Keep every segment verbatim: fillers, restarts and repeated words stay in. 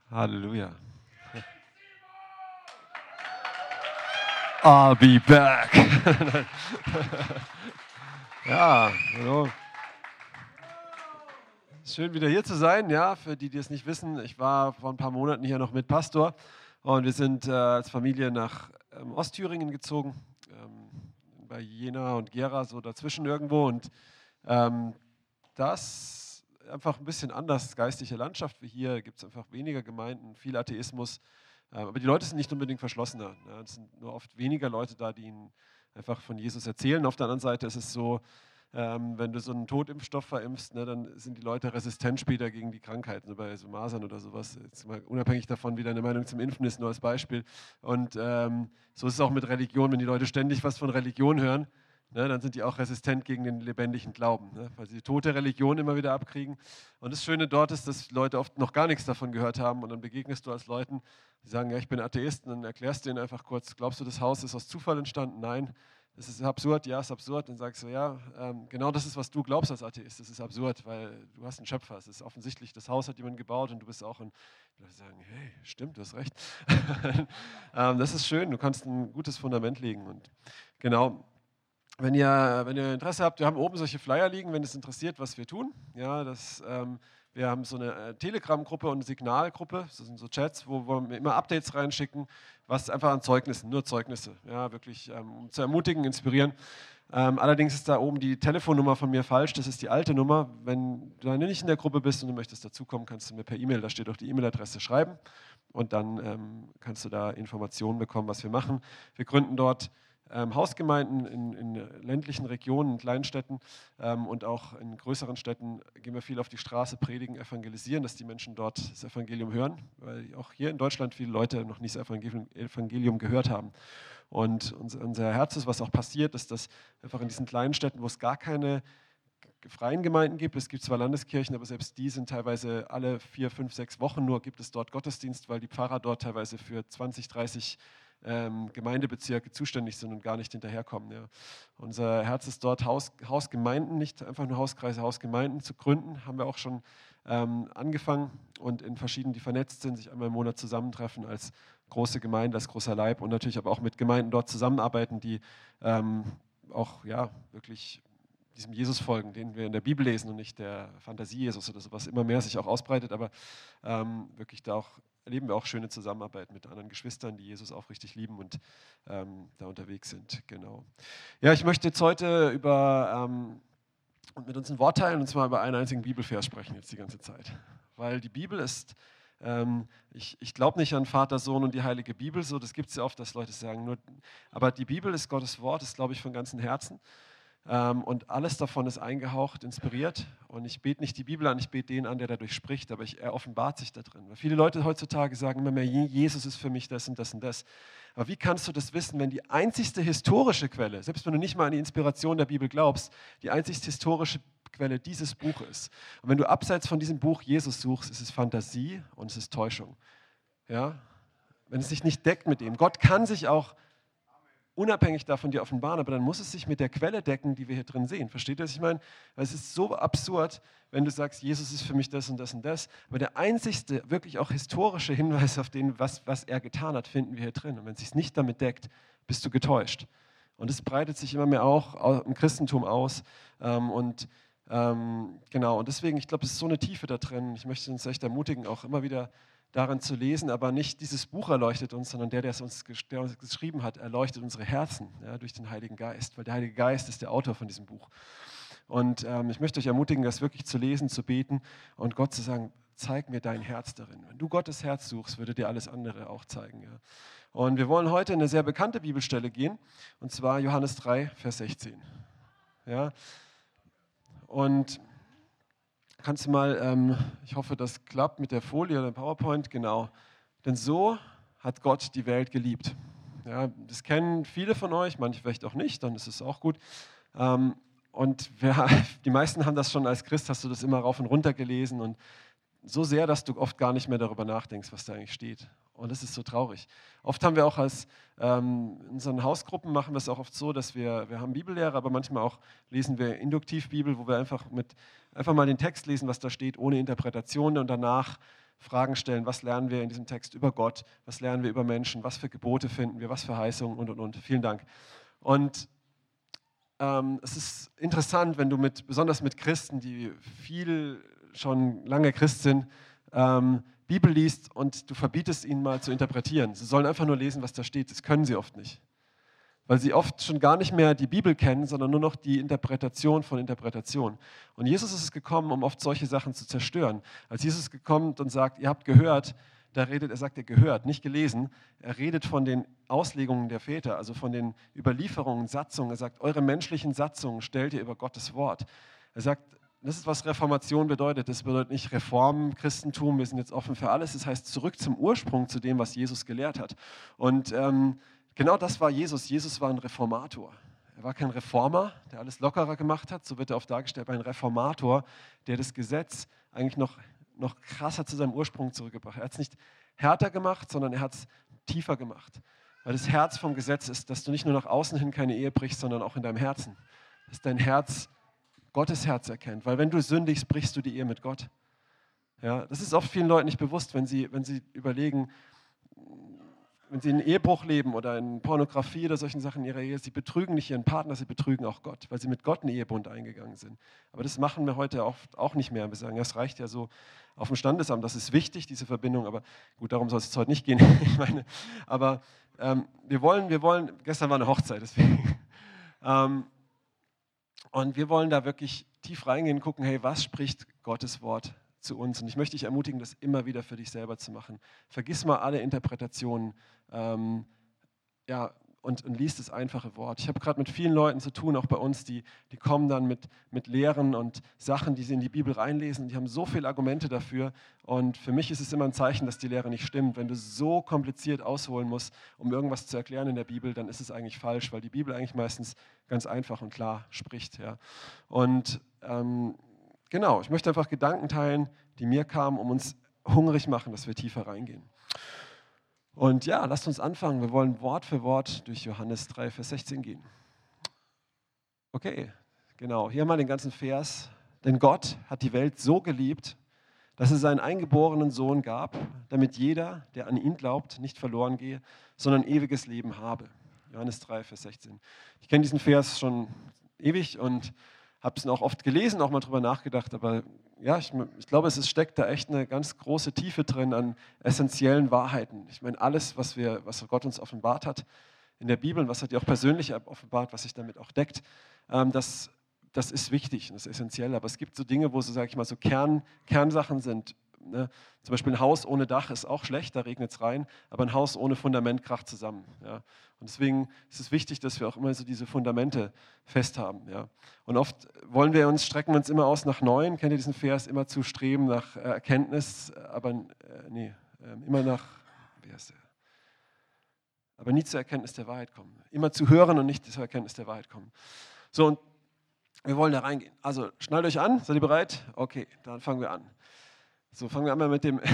Halleluja. I'll be back. Ja, hallo. Schön wieder hier zu sein, ja, für die, die es nicht wissen. Ich war vor ein paar Monaten hier noch mit Pastor und wir sind äh, als Familie nach ähm, Ostthüringen gezogen, ähm, bei Jena und Gera, so dazwischen irgendwo. Und ähm, das einfach ein bisschen anders, geistliche Landschaft wie hier, gibt es einfach weniger Gemeinden, viel Atheismus. Aber die Leute sind nicht unbedingt verschlossener. Es sind nur oft weniger Leute da, die ihnen einfach von Jesus erzählen. Auf der anderen Seite ist es so, ähm, wenn du so einen Totimpfstoff verimpfst, ne, dann sind die Leute resistent später gegen die Krankheiten, bei so Masern oder sowas. Jetzt mal unabhängig davon, wie deine Meinung zum Impfen ist, nur als Beispiel. Und ähm, so ist es auch mit Religion. Wenn die Leute ständig was von Religion hören, ne, dann sind die auch resistent gegen den lebendigen Glauben, ne, weil sie die tote Religion immer wieder abkriegen. Und das Schöne dort ist, dass Leute oft noch gar nichts davon gehört haben und dann begegnest du als Leuten, die sagen, ja, ich bin Atheist, und dann erklärst du ihnen einfach kurz, glaubst du, das Haus ist aus Zufall entstanden? Nein. Das ist absurd, ja, ist absurd. Dann sagst du, ja, ähm, genau das ist, was du glaubst als Atheist. Das ist absurd, weil du hast einen Schöpfer. Es ist offensichtlich, das Haus hat jemand gebaut und du bist auch ein, die Leute sagen, hey, stimmt, du hast recht. ähm, das ist schön, du kannst ein gutes Fundament legen. Und genau, wenn ihr, wenn ihr Interesse habt, wir haben oben solche Flyer liegen, wenn es interessiert, was wir tun. Ja, das, ähm, wir haben so eine äh, Telegram-Gruppe und eine Signalgruppe, das sind so Chats, wo, wo wir immer Updates reinschicken, was einfach an Zeugnissen, nur Zeugnisse, ja, wirklich ähm, um zu ermutigen, inspirieren. Ähm, allerdings ist da oben die Telefonnummer von mir falsch, das ist die alte Nummer. Wenn du nicht in der Gruppe bist und du möchtest dazukommen, kannst du mir per E-Mail, da steht auch die E-Mail-Adresse, schreiben und dann ähm, kannst du da Informationen bekommen, was wir machen. Wir gründen dort Ähm, Hausgemeinden in, in ländlichen Regionen, in Kleinstädten ähm, und auch in größeren Städten gehen wir viel auf die Straße, predigen, evangelisieren, dass die Menschen dort das Evangelium hören, weil auch hier in Deutschland viele Leute noch nicht das Evangelium, Evangelium gehört haben. Und unser, unser Herz ist, was auch passiert, ist, dass einfach in diesen kleinen Städten, wo es gar keine freien Gemeinden gibt, es gibt zwar Landeskirchen, aber selbst die sind teilweise alle vier, fünf, sechs Wochen nur gibt es dort Gottesdienst, weil die Pfarrer dort teilweise für zwanzig, dreißig Ähm, Gemeindebezirke zuständig sind und gar nicht hinterherkommen. Ja. Unser Herz ist dort, Haus, Hausgemeinden, nicht einfach nur Hauskreise, Hausgemeinden zu gründen, haben wir auch schon ähm, angefangen und in verschiedenen, die vernetzt sind, sich einmal im Monat zusammentreffen als große Gemeinde, als großer Leib und natürlich aber auch mit Gemeinden dort zusammenarbeiten, die ähm, auch ja, wirklich diesem Jesus folgen, den wir in der Bibel lesen und nicht der Fantasie Jesus oder sowas immer mehr sich auch ausbreitet, aber ähm, wirklich da auch erleben wir auch schöne Zusammenarbeit mit anderen Geschwistern, die Jesus auch richtig lieben und ähm, da unterwegs sind. Genau. Ja, ich möchte jetzt heute über ähm, und mit uns ein Wort teilen und zwar über einen einzigen Bibelvers sprechen jetzt die ganze Zeit, weil die Bibel ist ähm, ich, ich glaube nicht an Vater, Sohn und die heilige Bibel, so das gibt es ja oft, dass Leute sagen, nur, aber die Bibel ist Gottes Wort, das glaube ich von ganzem Herzen. Ähm, und alles davon ist eingehaucht, inspiriert. Und ich bete nicht die Bibel an, ich bete den an, der dadurch spricht, aber ich, er offenbart sich da drin. Weil viele Leute heutzutage sagen immer mehr, Jesus ist für mich das und das und das. Aber wie kannst du das wissen, wenn die einzigste historische Quelle, selbst wenn du nicht mal an die Inspiration der Bibel glaubst, die einzigste historische Quelle dieses Buch ist? Und wenn du abseits von diesem Buch Jesus suchst, ist es Fantasie und es ist Täuschung. Ja? Wenn es sich nicht deckt mit ihm. Gott kann sich auch unabhängig davon dir offenbaren, aber dann muss es sich mit der Quelle decken, die wir hier drin sehen. Versteht ihr, was ich meine? Weil es ist so absurd, wenn du sagst, Jesus ist für mich das und das und das, aber der einzigste, wirklich auch historische Hinweis auf den, was, was er getan hat, finden wir hier drin. Und wenn es sich nicht damit deckt, bist du getäuscht. Und es breitet sich immer mehr auch im Christentum aus. Und ähm, genau, und deswegen, ich glaube, es ist so eine Tiefe da drin. Ich möchte uns echt ermutigen, auch immer wieder daran zu lesen, aber nicht dieses Buch erleuchtet uns, sondern der, der es uns, der uns geschrieben hat, erleuchtet unsere Herzen, ja, durch den Heiligen Geist, weil der Heilige Geist ist der Autor von diesem Buch. Und ähm, ich möchte euch ermutigen, das wirklich zu lesen, zu beten und Gott zu sagen, zeig mir dein Herz darin. Wenn du Gottes Herz suchst, würde dir alles andere auch zeigen. Ja. Und wir wollen heute in eine sehr bekannte Bibelstelle gehen, und zwar Johannes drei, Vers sechzehn. Ja. Und kannst du mal, ähm, ich hoffe, das klappt mit der Folie oder dem PowerPoint, genau. Denn so hat Gott die Welt geliebt. Ja, das kennen viele von euch, manche vielleicht auch nicht, dann ist es auch gut. Ähm, und wer, die meisten haben das schon als Christ, hast du das immer rauf und runter gelesen und so sehr, dass du oft gar nicht mehr darüber nachdenkst, was da eigentlich steht. Und das ist so traurig. Oft haben wir auch als, ähm, in unseren Hausgruppen machen wir es auch oft so, dass wir, wir haben Bibellehre, aber manchmal auch lesen wir Induktivbibel, wo wir einfach mit einfach mal den Text lesen, was da steht, ohne Interpretation und danach Fragen stellen, was lernen wir in diesem Text über Gott, was lernen wir über Menschen, was für Gebote finden wir, was für Verheißungen und, und, und. Vielen Dank. Und ähm, es ist interessant, wenn du mit, besonders mit Christen, die viel schon lange Christ sind, ähm, Bibel liest und du verbietest ihnen mal zu interpretieren. Sie sollen einfach nur lesen, was da steht. Das können sie oft nicht. Weil sie oft schon gar nicht mehr die Bibel kennen, sondern nur noch die Interpretation von Interpretation. Und Jesus ist gekommen, um oft solche Sachen zu zerstören. Als Jesus gekommen und sagt, ihr habt gehört, da redet, er sagt, er gehört, nicht gelesen. Er redet von den Auslegungen der Väter, also von den Überlieferungen, Satzungen. Er sagt, eure menschlichen Satzungen stellt ihr über Gottes Wort. Er sagt, das ist, was Reformation bedeutet. Das bedeutet nicht Reform, Christentum, wir sind jetzt offen für alles. Das heißt, zurück zum Ursprung, zu dem, was Jesus gelehrt hat. Und ähm, genau das war Jesus. Jesus war ein Reformator. Er war kein Reformer, der alles lockerer gemacht hat. So wird er oft dargestellt, ein Reformator, der das Gesetz eigentlich noch, noch krasser zu seinem Ursprung zurückgebracht hat. Er hat es nicht härter gemacht, sondern er hat es tiefer gemacht. Weil das Herz vom Gesetz ist, dass du nicht nur nach außen hin keine Ehe brichst, sondern auch in deinem Herzen. Dass dein Herz Gottes Herz erkennt. Weil wenn du sündigst, brichst du die Ehe mit Gott. Ja, das ist oft vielen Leuten nicht bewusst, wenn sie, wenn sie überlegen, wenn sie in Ehebruch leben oder in Pornografie oder solchen Sachen in ihrer Ehe, sie betrügen nicht ihren Partner, sie betrügen auch Gott, weil sie mit Gott einen Ehebund eingegangen sind. Aber das machen wir heute oft auch nicht mehr. Wir sagen, das reicht ja so auf dem Standesamt, das ist wichtig, diese Verbindung, aber gut, darum soll es heute nicht gehen. Ich meine, aber ähm, wir wollen, wir wollen, gestern war eine Hochzeit, deswegen, ähm, und wir wollen da wirklich tief reingehen und gucken, hey, was spricht Gottes Wort zu uns? Und ich möchte dich ermutigen, das immer wieder für dich selber zu machen. Vergiss mal alle Interpretationen ähm, ja, und, und lies das einfache Wort. Ich habe gerade mit vielen Leuten zu tun, auch bei uns, die, die kommen dann mit, mit Lehren und Sachen, die sie in die Bibel reinlesen. Die haben so viele Argumente dafür. Und für mich ist es immer ein Zeichen, dass die Lehre nicht stimmt. Wenn du so kompliziert ausholen musst, um irgendwas zu erklären in der Bibel, dann ist es eigentlich falsch, weil die Bibel eigentlich meistens ganz einfach und klar spricht. Ja. Und ähm, genau, ich möchte einfach Gedanken teilen, die mir kamen, um uns hungrig machen, dass wir tiefer reingehen. Und ja, lasst uns anfangen. Wir wollen Wort für Wort durch Johannes drei, Vers sechzehn gehen. Okay, genau. Hier mal den ganzen Vers. Denn Gott hat die Welt so geliebt, dass es seinen eingeborenen Sohn gab, damit jeder, der an ihn glaubt, nicht verloren gehe, sondern ewiges Leben habe. Johannes drei, Vers sechzehn. Ich kenne diesen Vers schon ewig und habe es auch oft gelesen, auch mal drüber nachgedacht, aber ja, ich, ich glaube, es ist, steckt da echt eine ganz große Tiefe drin an essentiellen Wahrheiten. Ich meine, alles, was, wir, was Gott uns offenbart hat in der Bibel und was er dir auch persönlich offenbart, was sich damit auch deckt, ähm, das, das ist wichtig und das ist essentiell. Aber es gibt so Dinge, wo so, sage ich mal, so Kern, Kernsachen sind. Ne? Zum Beispiel ein Haus ohne Dach ist auch schlecht, da regnet es rein, aber ein Haus ohne Fundament kracht zusammen. Ja? Und deswegen ist es wichtig, dass wir auch immer so diese Fundamente festhaben. Ja? Und oft wollen wir uns, strecken wir uns immer aus nach Neuen, kennt ihr diesen Vers, immer zu streben nach äh, Erkenntnis, aber äh, nee, äh, immer nach, wie heißt der? Aber nie zur Erkenntnis der Wahrheit kommen. Immer zu hören und nicht zur Erkenntnis der Wahrheit kommen. So, und wir wollen da reingehen. Also schnallt euch an, seid ihr bereit? Okay, dann fangen wir an. So, fangen wir einmal mit dem,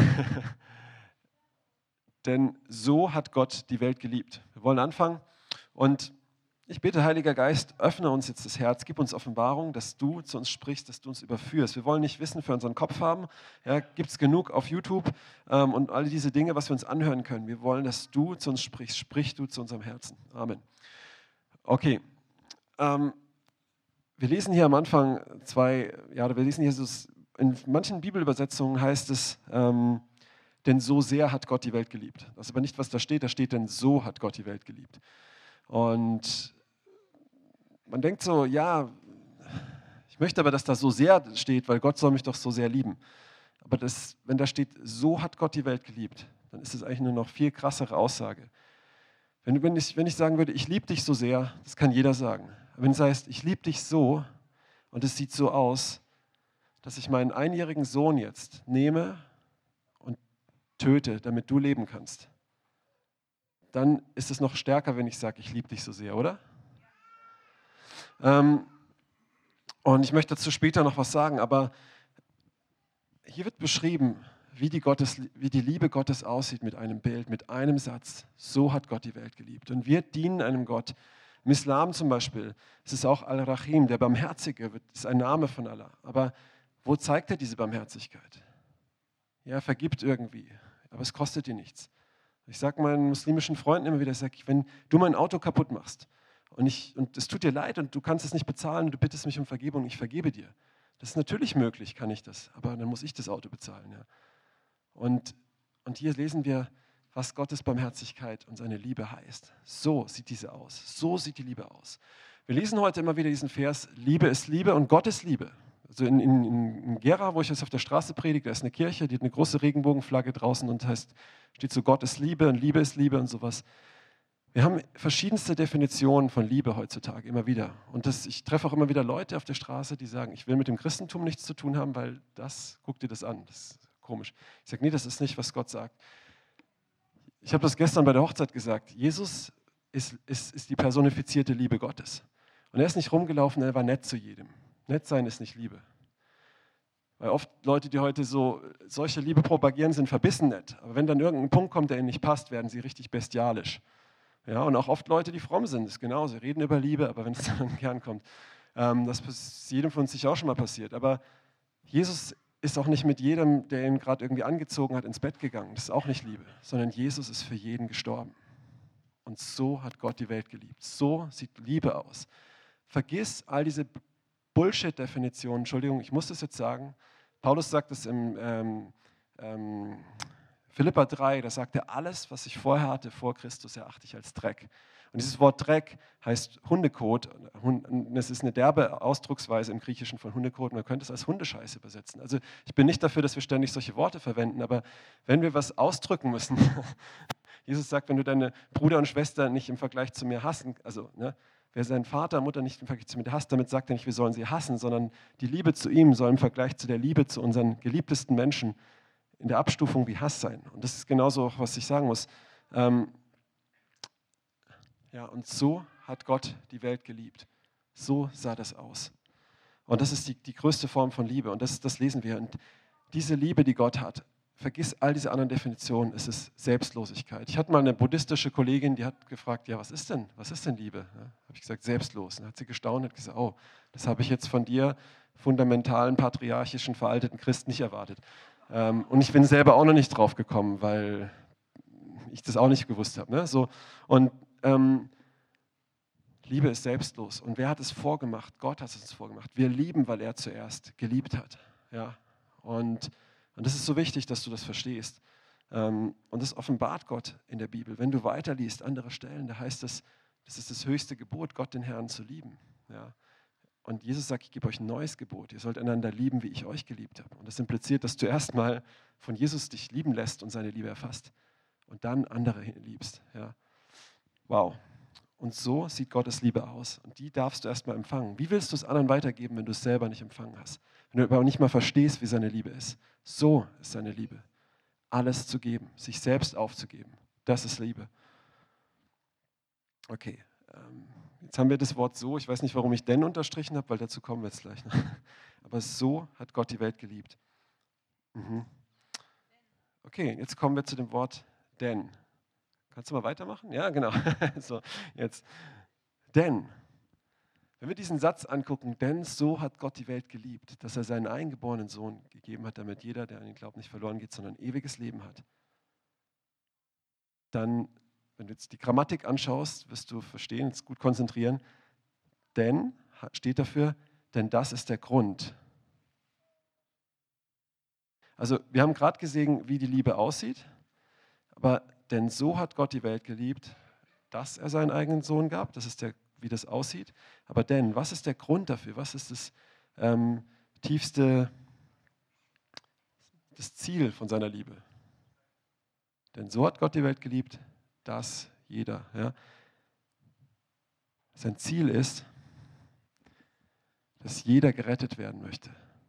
denn so hat Gott die Welt geliebt. Wir wollen anfangen und ich bitte, Heiliger Geist, öffne uns jetzt das Herz, gib uns Offenbarung, dass du zu uns sprichst, dass du uns überführst. Wir wollen nicht Wissen für unseren Kopf haben, ja, gibt es genug auf YouTube ähm, und all diese Dinge, was wir uns anhören können. Wir wollen, dass du zu uns sprichst, sprich du zu unserem Herzen. Amen. Okay, ähm, wir lesen hier am Anfang zwei, ja, wir lesen hier so, in manchen Bibelübersetzungen heißt es, ähm, denn so sehr hat Gott die Welt geliebt. Das ist aber nicht, was da steht, da steht, denn so hat Gott die Welt geliebt. Und man denkt so, ja, ich möchte aber, dass da so sehr steht, weil Gott soll mich doch so sehr lieben. Aber das, wenn da steht, so hat Gott die Welt geliebt, dann ist es eigentlich eine noch viel krassere Aussage. Wenn, wenn, ich, wenn ich sagen würde, ich liebe dich so sehr, das kann jeder sagen. Aber wenn es heißt, ich liebe dich so und es sieht so aus, dass ich meinen einjährigen Sohn jetzt nehme und töte, damit du leben kannst, dann ist es noch stärker, wenn ich sage, ich liebe dich so sehr, oder? Ähm, und ich möchte dazu später noch was sagen, aber hier wird beschrieben, wie die, Gottes, wie die Liebe Gottes aussieht mit einem Bild, mit einem Satz. So hat Gott die Welt geliebt. Und wir dienen einem Gott. Im Islam zum Beispiel, es ist auch Al-Rahim, der Barmherzige, ist ein Name von Allah. Aber wo zeigt er diese Barmherzigkeit? Ja, vergibt irgendwie, aber es kostet dir nichts. Ich sage meinen muslimischen Freunden immer wieder, ich sag, wenn du mein Auto kaputt machst und, ich, und es tut dir leid und du kannst es nicht bezahlen, du bittest mich um Vergebung, ich vergebe dir. Das ist natürlich möglich, kann ich das, aber dann muss ich das Auto bezahlen. Ja. Und, und hier lesen wir, was Gottes Barmherzigkeit und seine Liebe heißt. So sieht diese aus. So sieht die Liebe aus. Wir lesen heute immer wieder diesen Vers, Liebe ist Liebe und Gott ist Liebe. Also in, in, in Gera, wo ich jetzt auf der Straße predige, da ist eine Kirche, die hat eine große Regenbogenflagge draußen und heißt, steht so, Gott ist Liebe und Liebe ist Liebe und sowas. Wir haben verschiedenste Definitionen von Liebe heutzutage, immer wieder. Und das, ich treffe auch immer wieder Leute auf der Straße, die sagen, ich will mit dem Christentum nichts zu tun haben, weil das, guck dir das an, das ist komisch. Ich sage, nee, das ist nicht, was Gott sagt. Ich habe das gestern bei der Hochzeit gesagt, Jesus ist, ist, ist die personifizierte Liebe Gottes. Und er ist nicht rumgelaufen, er war nett zu jedem. Nett sein ist nicht Liebe. Weil oft Leute, die heute so solche Liebe propagieren, sind verbissen nett. Aber wenn dann irgendein Punkt kommt, der ihnen nicht passt, werden sie richtig bestialisch. Ja, und auch oft Leute, die fromm sind, ist genau, sie reden über Liebe, aber wenn es dann an den Kern kommt, ähm, das ist jedem von uns sicher auch schon mal passiert. Aber Jesus ist auch nicht mit jedem, der ihn gerade irgendwie angezogen hat, ins Bett gegangen. Das ist auch nicht Liebe, sondern Jesus ist für jeden gestorben. Und so hat Gott die Welt geliebt. So sieht Liebe aus. Vergiss all diese Bullshit-Definitionen. Entschuldigung, ich muss das jetzt sagen. Paulus sagt es im ähm, ähm, Philipper drei, da sagt er, alles, was ich vorher hatte, vor Christus, erachte ich als Dreck. Und dieses Wort Dreck heißt Hundekot. Das ist eine derbe Ausdrucksweise im Griechischen von Hundekot. Man könnte es als Hundescheiße übersetzen. Also ich bin nicht dafür, dass wir ständig solche Worte verwenden, aber wenn wir was ausdrücken müssen, Jesus sagt, wenn du deine Bruder und Schwester nicht im Vergleich zu mir hassen, also ne, wer seinen Vater und Mutter nicht im Vergleich zu mir hasst, damit sagt er nicht, wir sollen sie hassen, sondern die Liebe zu ihm soll im Vergleich zu der Liebe zu unseren geliebtesten Menschen in der Abstufung wie Hass sein. Und das ist genauso auch, was ich sagen muss. Ähm, ja, und so hat Gott die Welt geliebt. So sah das aus. Und das ist die, die größte Form von Liebe. Und das, das lesen wir. Und diese Liebe, die Gott hat, vergiss all diese anderen Definitionen, es ist Selbstlosigkeit. Ich hatte mal eine buddhistische Kollegin, die hat gefragt, ja, was ist denn, was ist denn Liebe? Ja, habe ich gesagt, selbstlos. Und dann hat sie gestaunt und hat gesagt, oh, das habe ich jetzt von dir, fundamentalen, patriarchischen, veralteten Christ, nicht erwartet. Ähm, und ich bin selber auch noch nicht drauf gekommen, weil ich das auch nicht gewusst habe. Ne? So, und ähm, Liebe ist selbstlos. Und wer hat es vorgemacht? Gott hat es uns vorgemacht. Wir lieben, weil er zuerst geliebt hat. Ja? Und, und das ist so wichtig, dass du das verstehst. Ähm, und das offenbart Gott in der Bibel. Wenn du weiterliest, andere Stellen, da heißt es, das ist das höchste Gebot, Gott den Herrn zu lieben. Ja? Und Jesus sagt, ich gebe euch ein neues Gebot. Ihr sollt einander lieben, wie ich euch geliebt habe. Und das impliziert, dass du erstmal von Jesus dich lieben lässt und seine Liebe erfasst. Und dann andere liebst. Ja. Wow. Und so sieht Gottes Liebe aus. Und die darfst du erstmal empfangen. Wie willst du es anderen weitergeben, wenn du es selber nicht empfangen hast? Wenn du aber nicht mal verstehst, wie seine Liebe ist. So ist seine Liebe. Alles zu geben, sich selbst aufzugeben. Das ist Liebe. Okay. Ähm, jetzt haben wir das Wort so. Ich weiß nicht, warum ich denn unterstrichen habe, weil dazu kommen wir jetzt gleich. Ne? Aber so hat Gott die Welt geliebt. Mhm. Okay, jetzt kommen wir zu dem Wort denn. Kannst du mal weitermachen? Ja, genau. So, jetzt. Denn, wenn wir diesen Satz angucken, denn so hat Gott die Welt geliebt, dass er seinen eingeborenen Sohn gegeben hat, damit jeder, der an ihn glaubt, nicht verloren geht, sondern ewiges Leben hat. Dann, wenn du jetzt die Grammatik anschaust, wirst du verstehen, jetzt gut konzentrieren. Denn steht dafür, denn das ist der Grund. Also wir haben gerade gesehen, wie die Liebe aussieht, aber denn so hat Gott die Welt geliebt, dass er seinen eigenen Sohn gab. Das ist der, wie das aussieht. Aber denn, was ist der Grund dafür? Was ist das ähm, tiefste, das Ziel von seiner Liebe? Denn so hat Gott die Welt geliebt, dass jeder. Ja, sein Ziel ist, dass jeder gerettet werden möchte.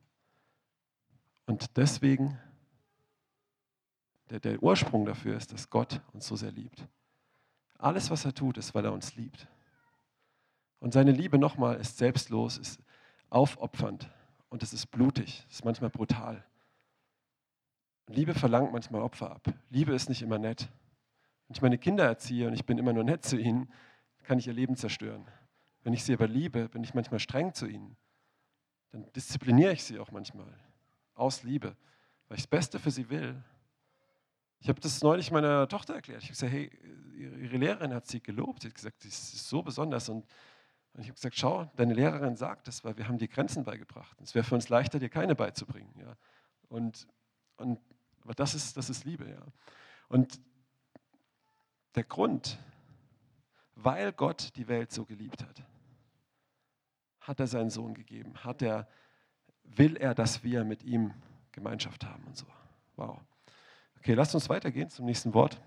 Und deswegen, der, der Ursprung dafür ist, dass Gott uns so sehr liebt. Alles, was er tut, ist, weil er uns liebt. Und seine Liebe, nochmal, ist selbstlos, ist aufopfernd und es ist blutig, es ist manchmal brutal. Liebe verlangt manchmal Opfer ab. Liebe ist nicht immer nett. Wenn ich meine Kinder erziehe und ich bin immer nur nett zu ihnen, kann ich ihr Leben zerstören. Wenn ich sie aber liebe, bin ich manchmal streng zu ihnen. Dann diszipliniere ich sie auch manchmal, aus Liebe. weil ich das Beste für sie will. Ich habe das neulich meiner Tochter erklärt. Ich habe gesagt, hey, ihre Lehrerin hat sie gelobt. Sie hat gesagt, sie ist so besonders. Und, und ich habe gesagt, schau, deine Lehrerin sagt das, weil wir haben dir Grenzen beigebracht. Es wäre für uns leichter, dir keine beizubringen. Ja. Und, und, aber das ist, das ist Liebe. Ja. Und der Grund, weil Gott die Welt so geliebt hat, hat er seinen Sohn gegeben. Hat er, will er, dass wir mit ihm Gemeinschaft haben und so. Wow. Okay, lasst uns weitergehen zum nächsten Wort.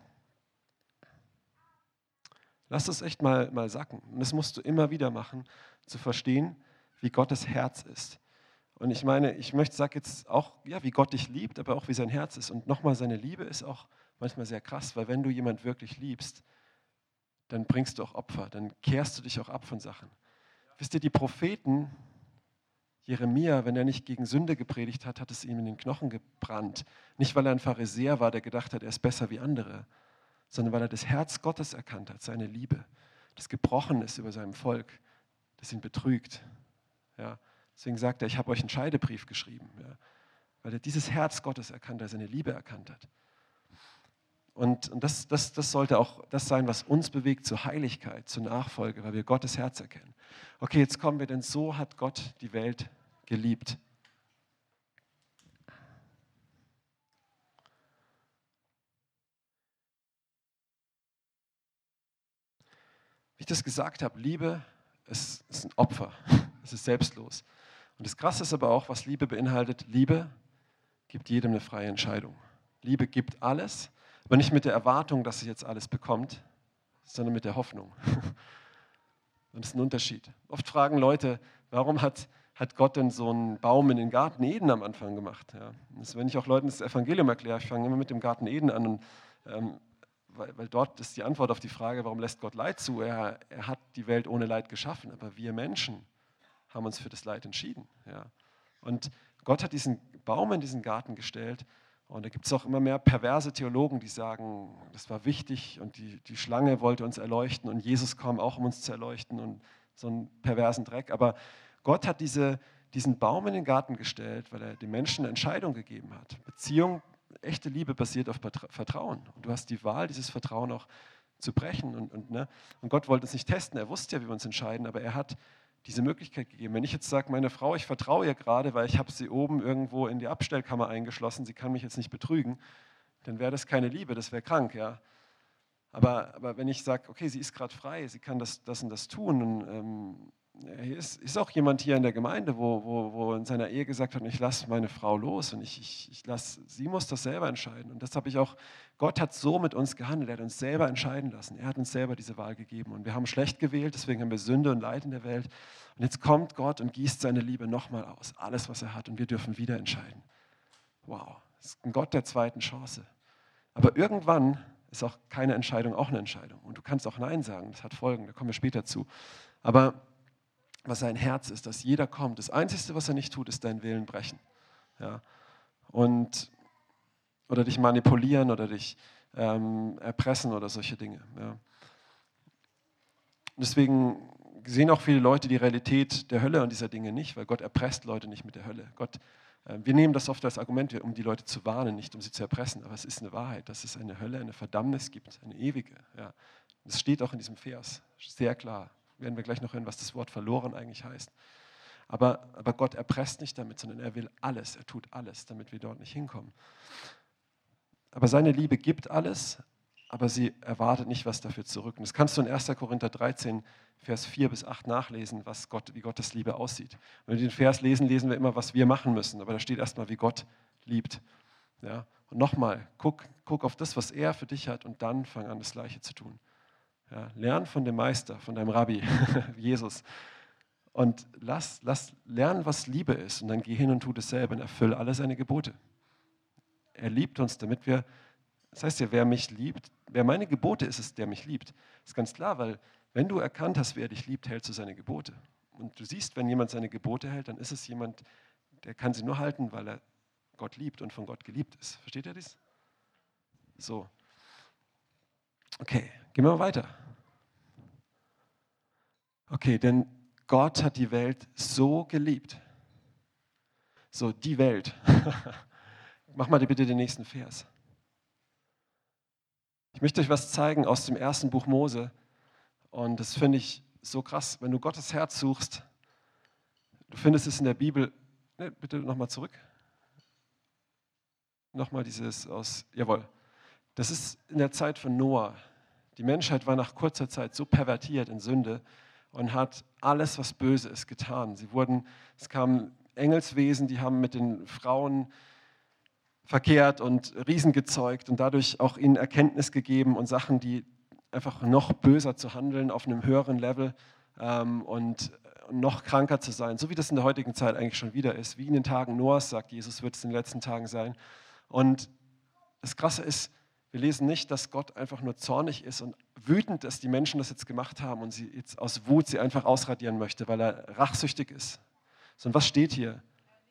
Lass es echt mal, mal sacken. Und das musst du immer wieder machen, zu verstehen, wie Gottes Herz ist. Und ich meine, ich möchte, sag jetzt auch, ja, wie Gott dich liebt, aber auch wie sein Herz ist. Und nochmal, seine Liebe ist auch manchmal sehr krass, weil wenn du jemand wirklich liebst, dann bringst du auch Opfer, dann kehrst du dich auch ab von Sachen. Wisst ihr, die Propheten, Jeremia, wenn er nicht gegen Sünde gepredigt hat, hat es ihm in den Knochen gebrannt. Nicht, weil er ein Pharisäer war, der gedacht hat, er ist besser wie andere, sondern weil er das Herz Gottes erkannt hat, seine Liebe, das gebrochen ist über seinem Volk, das ihn betrügt. Ja, deswegen sagt er, ich habe euch einen Scheidebrief geschrieben, ja, weil er dieses Herz Gottes erkannt hat, seine Liebe erkannt hat. Und, und das, das, das sollte auch das sein, was uns bewegt zur Heiligkeit, zur Nachfolge, weil wir Gottes Herz erkennen. Okay, jetzt kommen wir, denn so hat Gott die Welt geliebt. Wie ich das gesagt habe, Liebe ist, ist ein Opfer, es ist selbstlos. Und das Krasse ist aber auch, was Liebe beinhaltet, Liebe gibt jedem eine freie Entscheidung. Liebe gibt alles, aber nicht mit der Erwartung, dass sie jetzt alles bekommt, sondern mit der Hoffnung. Und das ist ein Unterschied. Oft fragen Leute, warum hat, hat Gott denn so einen Baum in den Garten Eden am Anfang gemacht? Ja. Das, wenn ich auch Leuten das Evangelium erkläre, ich fange immer mit dem Garten Eden an, und, ähm, weil, weil dort ist die Antwort auf die Frage, warum lässt Gott Leid zu? Er, er hat die Welt ohne Leid geschaffen, aber wir Menschen haben uns für das Leid entschieden. Ja. Und Gott hat diesen Baum in diesen Garten gestellt. Und da gibt es auch immer mehr perverse Theologen, die sagen, das war wichtig und die, die Schlange wollte uns erleuchten und Jesus kam auch, um uns zu erleuchten und so einen perversen Dreck. Aber Gott hat diese, diesen Baum in den Garten gestellt, weil er den Menschen eine Entscheidung gegeben hat. Beziehung, echte Liebe basiert auf Vertrauen. Und du hast die Wahl, dieses Vertrauen auch zu brechen. Und, und, ne? und Gott wollte uns nicht testen, er wusste ja, wie wir uns entscheiden, aber er hat diese Möglichkeit gegeben. Wenn ich jetzt sage, meine Frau, ich vertraue ihr gerade, weil ich habe sie oben irgendwo in die Abstellkammer eingeschlossen, sie kann mich jetzt nicht betrügen, dann wäre das keine Liebe, das wäre krank, ja. Aber, aber wenn ich sage, okay, sie ist gerade frei, sie kann das, das und das tun, und ähm, hier ist, ist auch jemand hier in der Gemeinde, wo, wo, wo in seiner Ehe gesagt hat, ich lasse meine Frau los und ich, ich, ich lasse, sie muss das selber entscheiden. Und das habe ich auch, Gott hat so mit uns gehandelt, er hat uns selber entscheiden lassen. Er hat uns selber diese Wahl gegeben. Und wir haben schlecht gewählt, deswegen haben wir Sünde und Leid in der Welt. Und jetzt kommt Gott und gießt seine Liebe nochmal aus, alles, was er hat. Und wir dürfen wieder entscheiden. Wow, das ist ein Gott der zweiten Chance. Aber irgendwann ist auch keine Entscheidung auch eine Entscheidung. Und du kannst auch Nein sagen, das hat Folgen, da kommen wir später zu. Aber was sein Herz ist, dass jeder kommt. Das Einzige, was er nicht tut, ist deinen Willen brechen. Ja? Und, oder dich manipulieren oder dich ähm, erpressen oder solche Dinge. Ja? Deswegen sehen auch viele Leute die Realität der Hölle und dieser Dinge nicht, weil Gott erpresst Leute nicht mit der Hölle. Gott, äh, wir nehmen das oft als Argument, um die Leute zu warnen, nicht um sie zu erpressen, aber es ist eine Wahrheit, dass es eine Hölle, eine Verdammnis gibt, eine ewige. Ja. Das steht auch in diesem Vers, sehr klar. Werden wir gleich noch hören, was das Wort verloren eigentlich heißt. Aber, aber Gott erpresst nicht damit, sondern er will alles, er tut alles, damit wir dort nicht hinkommen. Aber seine Liebe gibt alles, aber sie erwartet nicht was dafür zurück. Und das kannst du in erster Korinther dreizehn, Vers vier bis acht nachlesen, was Gott, wie Gottes Liebe aussieht. Wenn wir den Vers lesen, lesen wir immer, was wir machen müssen. Aber da steht erstmal, wie Gott liebt. Ja? Und nochmal, guck, guck auf das, was er für dich hat, und dann fang an, das Gleiche zu tun. Ja, lern von dem Meister, von deinem Rabbi, Jesus. Und lass, lass lernen, was Liebe ist. Und dann geh hin und tu dasselbe und erfülle alle seine Gebote. Er liebt uns, damit wir, das heißt ja, wer mich liebt, wer meine Gebote ist, ist der mich liebt. Das ist ganz klar, weil wenn du erkannt hast, wer dich liebt, hältst du seine Gebote. Und du siehst, wenn jemand seine Gebote hält, dann ist es jemand, der kann sie nur halten, weil er Gott liebt und von Gott geliebt ist. Versteht ihr das? So. Okay, gehen wir mal weiter. Okay, denn Gott hat die Welt so geliebt. So, die Welt. Mach mal bitte den nächsten Vers. Ich möchte euch was zeigen aus dem ersten Buch Mose. Und das finde ich so krass. Wenn du Gottes Herz suchst, du findest es in der Bibel. Ne, bitte nochmal zurück. Nochmal dieses aus, jawohl. Das ist in der Zeit von Noah. Die Menschheit war nach kurzer Zeit so pervertiert in Sünde und hat alles, was böse ist, getan. Sie wurden, es kamen Engelswesen, die haben mit den Frauen verkehrt und Riesen gezeugt und dadurch auch ihnen Erkenntnis gegeben und Sachen, die einfach noch böser zu handeln auf einem höheren Level ähm, und noch kranker zu sein, so wie das in der heutigen Zeit eigentlich schon wieder ist. Wie in den Tagen Noahs, sagt Jesus, wird es in den letzten Tagen sein. Und das Krasse ist, wir lesen nicht, dass Gott einfach nur zornig ist und wütend, dass die Menschen das jetzt gemacht haben und sie jetzt aus Wut sie einfach ausradieren möchte, weil er rachsüchtig ist. Sondern was steht hier?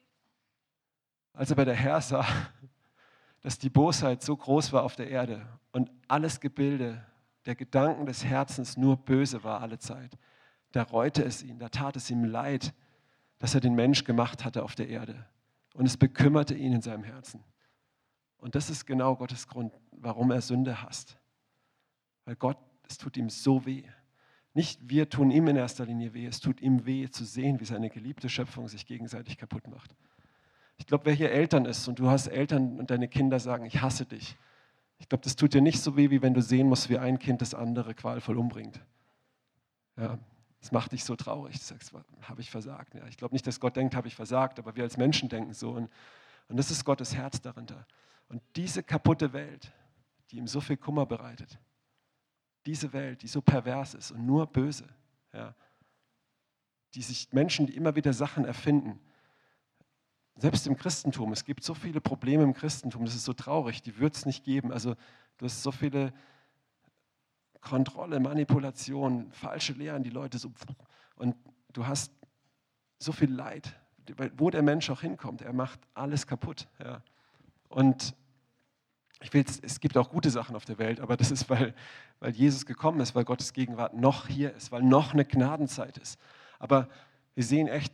Als aber der Herr sah, dass die Bosheit so groß war auf der Erde und alles Gebilde der Gedanken des Herzens nur böse war alle Zeit, da reute es ihn, da tat es ihm leid, dass er den Mensch gemacht hatte auf der Erde. Und es bekümmerte ihn in seinem Herzen. Und das ist genau Gottes Grund, warum er Sünde hasst. Weil Gott, es tut ihm so weh. Nicht wir tun ihm in erster Linie weh, es tut ihm weh zu sehen, wie seine geliebte Schöpfung sich gegenseitig kaputt macht. Ich glaube, wer hier Eltern ist und du hast Eltern und deine Kinder sagen, ich hasse dich. Ich glaube, das tut dir nicht so weh, wie wenn du sehen musst, wie ein Kind das andere qualvoll umbringt. Ja, das macht dich so traurig. Du sagst, habe ich versagt? Ja, ich glaube nicht, dass Gott denkt, habe ich versagt, aber wir als Menschen denken so. Und, und das ist Gottes Herz darunter. Und diese kaputte Welt, die ihm so viel Kummer bereitet, diese Welt, die so pervers ist und nur böse, ja, die sich Menschen, die immer wieder Sachen erfinden, selbst im Christentum, es gibt so viele Probleme im Christentum, das ist so traurig, die wird es nicht geben. Also du hast so viele Kontrolle, Manipulation, falsche Lehren, die Leute so, und du hast so viel Leid, wo der Mensch auch hinkommt, er macht alles kaputt. Ja. Und ich will, es gibt auch gute Sachen auf der Welt, aber das ist, weil, weil Jesus gekommen ist, weil Gottes Gegenwart noch hier ist, weil noch eine Gnadenzeit ist. Aber wir sehen echt,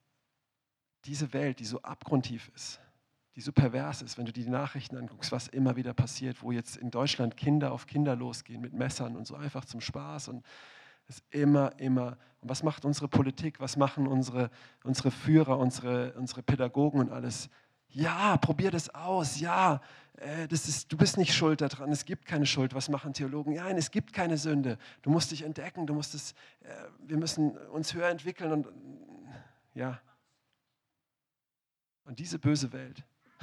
diese Welt, die so abgrundtief ist, die so pervers ist, wenn du die Nachrichten anguckst, was immer wieder passiert, wo jetzt in Deutschland Kinder auf Kinder losgehen mit Messern und so einfach zum Spaß und es ist immer, immer. Und was macht unsere Politik, was machen unsere, unsere Führer, unsere, unsere Pädagogen und alles? Ja, probier das aus, ja, äh, das ist, du bist nicht schuld daran, es gibt keine Schuld. Was machen Theologen? Nein, es gibt keine Sünde. Du musst dich entdecken, du musst es, äh, wir müssen uns höher entwickeln und ja. Und diese böse Welt,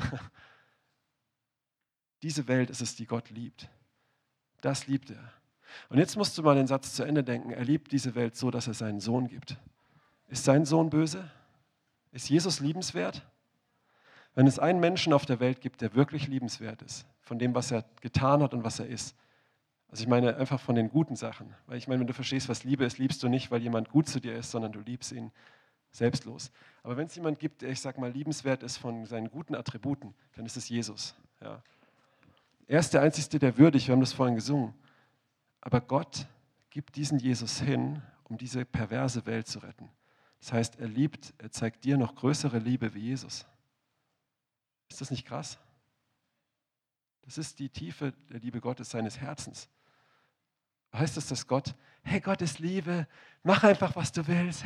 diese Welt ist es, die Gott liebt. Das liebt er. Und jetzt musst du mal den Satz zu Ende denken. Er liebt diese Welt so, dass er seinen Sohn gibt. Ist sein Sohn böse? Ist Jesus liebenswert? Wenn es einen Menschen auf der Welt gibt, der wirklich liebenswert ist, von dem, was er getan hat und was er ist. Also ich meine einfach von den guten Sachen. Weil ich meine, wenn du verstehst, was Liebe ist, liebst du nicht, weil jemand gut zu dir ist, sondern du liebst ihn selbstlos. Aber wenn es jemand gibt, der, ich sag mal, liebenswert ist von seinen guten Attributen, dann ist es Jesus. Ja. Er ist der Einzige, der würdig, wir haben das vorhin gesungen. Aber Gott gibt diesen Jesus hin, um diese perverse Welt zu retten. Das heißt, er liebt, er zeigt dir noch größere Liebe wie Jesus. Ist das nicht krass? Das ist die Tiefe der Liebe Gottes, seines Herzens. Heißt das, dass Gott, hey, Gott ist Liebe, mach einfach, was du willst.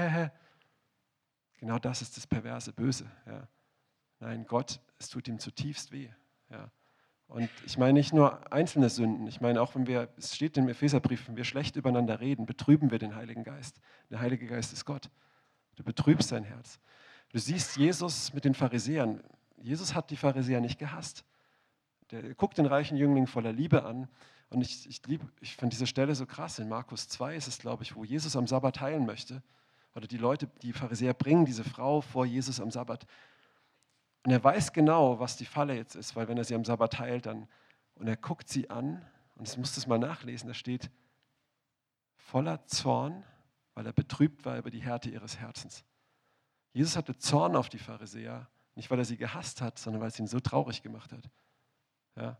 Genau das ist das perverse Böse. Ja. Nein, Gott, es tut ihm zutiefst weh. Ja. Und ich meine nicht nur einzelne Sünden, ich meine auch, wenn wir, es steht im Epheserbrief, wenn wir schlecht übereinander reden, betrüben wir den Heiligen Geist. Der Heilige Geist ist Gott. Du betrübst sein Herz. Du siehst Jesus mit den Pharisäern. Jesus hat die Pharisäer nicht gehasst. Der guckt den reichen Jüngling voller Liebe an. Und ich, ich, lieb, ich finde diese Stelle so krass. In Markus zwei ist es, glaube ich, wo Jesus am Sabbat heilen möchte. Oder die Leute, die Pharisäer bringen diese Frau vor Jesus am Sabbat. Und er weiß genau, was die Falle jetzt ist, weil wenn er sie am Sabbat heilt, dann, und er guckt sie an, und ich muss das mal nachlesen, da steht, voller Zorn, weil er betrübt war über die Härte ihres Herzens. Jesus hatte Zorn auf die Pharisäer, nicht weil er sie gehasst hat, sondern weil es ihn so traurig gemacht hat. Ja.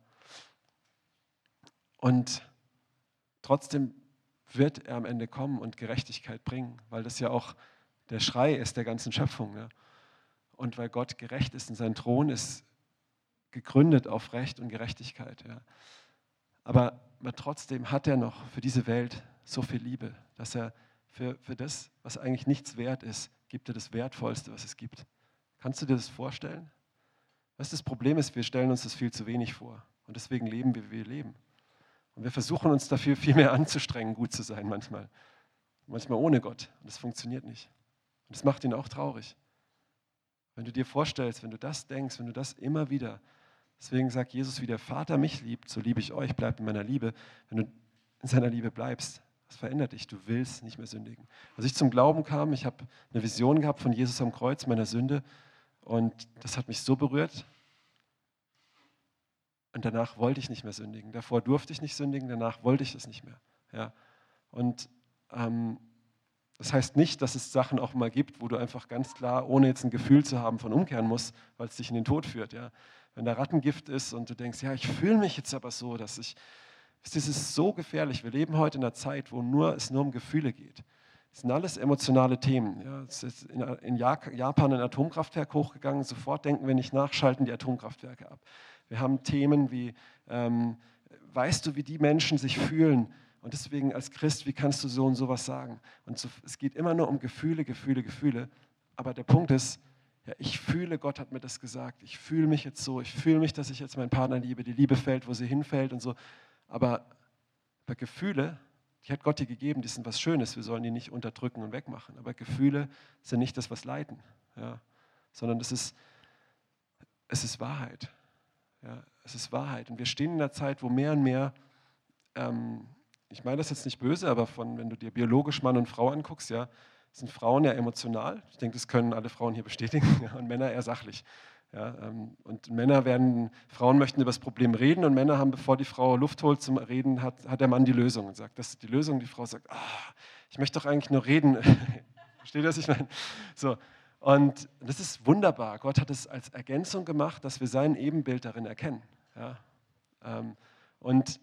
Und trotzdem wird er am Ende kommen und Gerechtigkeit bringen, weil das ja auch der Schrei ist der ganzen Schöpfung. Ja. Und weil Gott gerecht ist und sein Thron ist gegründet auf Recht und Gerechtigkeit. Ja. Aber, aber trotzdem hat er noch für diese Welt so viel Liebe, dass er für, für das, was eigentlich nichts wert ist, gibt er das Wertvollste, was es gibt. Kannst du dir das vorstellen? Was das Problem ist, wir stellen uns das viel zu wenig vor. Und deswegen leben wir, wie wir leben. Und wir versuchen uns dafür viel mehr anzustrengen, gut zu sein manchmal. Manchmal ohne Gott. Und das funktioniert nicht. Und das macht ihn auch traurig. Wenn du dir vorstellst, wenn du das denkst, wenn du das immer wieder, deswegen sagt Jesus, wie der Vater mich liebt, so liebe ich euch, bleibt in meiner Liebe. Wenn du in seiner Liebe bleibst, das verändert dich, du willst nicht mehr sündigen. Als ich zum Glauben kam, ich habe eine Vision gehabt von Jesus am Kreuz, meiner Sünde, und das hat mich so berührt. Und danach wollte ich nicht mehr sündigen. Davor durfte ich nicht sündigen, danach wollte ich das nicht mehr. Ja. Und ähm, das heißt nicht, dass es Sachen auch mal gibt, wo du einfach ganz klar, ohne jetzt ein Gefühl zu haben, von umkehren musst, weil es dich in den Tod führt. Ja. Wenn da Rattengift ist und du denkst, ja, ich fühle mich jetzt aber so, dass ich, das ist so gefährlich. Wir leben heute in einer Zeit, wo nur, es nur um Gefühle geht. Das sind alles emotionale Themen. Ja. Es ist in, in Japan ein Atomkraftwerk hochgegangen, sofort denken wir nicht nach, schalten die Atomkraftwerke ab. Wir haben Themen wie, ähm, weißt du, wie die Menschen sich fühlen? Und deswegen als Christ, wie kannst du so und sowas sagen? Und so, es geht immer nur um Gefühle, Gefühle, Gefühle. Aber der Punkt ist, ja, ich fühle, Gott hat mir das gesagt. Ich fühle mich jetzt so. Ich fühle mich, dass ich jetzt meinen Partner liebe. Die Liebe fällt, wo sie hinfällt und so. Aber bei Gefühle, die hat Gott dir gegeben, die sind was Schönes. Wir sollen die nicht unterdrücken und wegmachen. Aber Gefühle sind nicht das, was leiten. Ja? Sondern es ist, es ist Wahrheit. Ja, es ist Wahrheit. Und wir stehen in einer Zeit, wo mehr und mehr, ähm, ich meine das jetzt nicht böse, aber von, wenn du dir biologisch Mann und Frau anguckst, ja, sind Frauen ja emotional. Ich denke, das können alle Frauen hier bestätigen. Ja, und Männer eher sachlich. Ja, ähm, und Männer werden, Frauen möchten über das Problem reden und Männer haben, bevor die Frau Luft holt zum Reden, hat, hat der Mann die Lösung und sagt, das ist die Lösung. Die Frau sagt, ah, ich möchte doch eigentlich nur reden. Versteht ihr, was ich meine? So. Und das ist wunderbar. Gott hat es als Ergänzung gemacht, dass wir sein Ebenbild darin erkennen. Ja? Ähm, und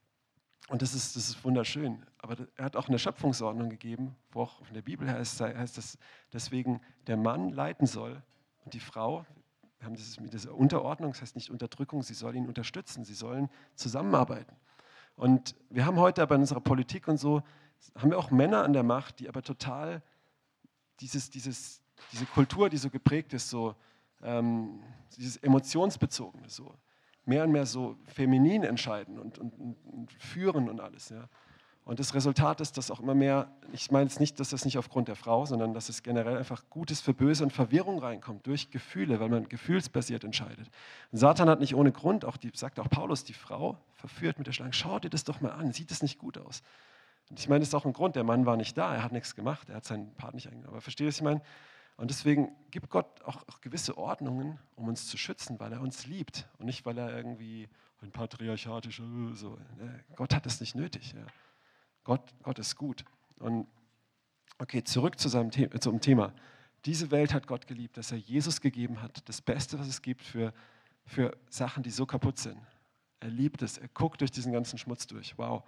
und das, ist, das ist wunderschön. Aber er hat auch eine Schöpfungsordnung gegeben, wo auch in der Bibel heißt, heißt dass deswegen der Mann leiten soll und die Frau, wir haben dieses, diese Unterordnung, das heißt nicht Unterdrückung, sie soll ihn unterstützen, sie sollen zusammenarbeiten. Und wir haben heute aber in unserer Politik und so, haben wir auch Männer an der Macht, die aber total dieses, dieses diese Kultur, die so geprägt ist, so ähm, dieses Emotionsbezogene, so mehr und mehr so feminin entscheiden und, und, und führen und alles. Ja. Und das Resultat ist, dass auch immer mehr, ich meine jetzt nicht, dass das nicht aufgrund der Frau, sondern dass es generell einfach Gutes für Böse und Verwirrung reinkommt durch Gefühle, weil man gefühlsbasiert entscheidet. Und Satan hat nicht ohne Grund, auch die, sagt auch Paulus, die Frau verführt mit der Schlange, schau dir das doch mal an, sieht das nicht gut aus? Und ich meine, das ist auch ein Grund, der Mann war nicht da, er hat nichts gemacht, er hat seinen Part nicht eingenommen. Aber versteht ihr, was ich meine? Und deswegen gibt Gott auch, auch gewisse Ordnungen, um uns zu schützen, weil er uns liebt und nicht, weil er irgendwie ein patriarchatischer, so. Ne? Gott hat es nicht nötig. Ja. Gott, Gott ist gut. Und okay, zurück zu seinem The- zum Thema. Diese Welt hat Gott geliebt, dass er Jesus gegeben hat, das Beste, was es gibt für, für Sachen, die so kaputt sind. Er liebt es, er guckt durch diesen ganzen Schmutz durch. Wow.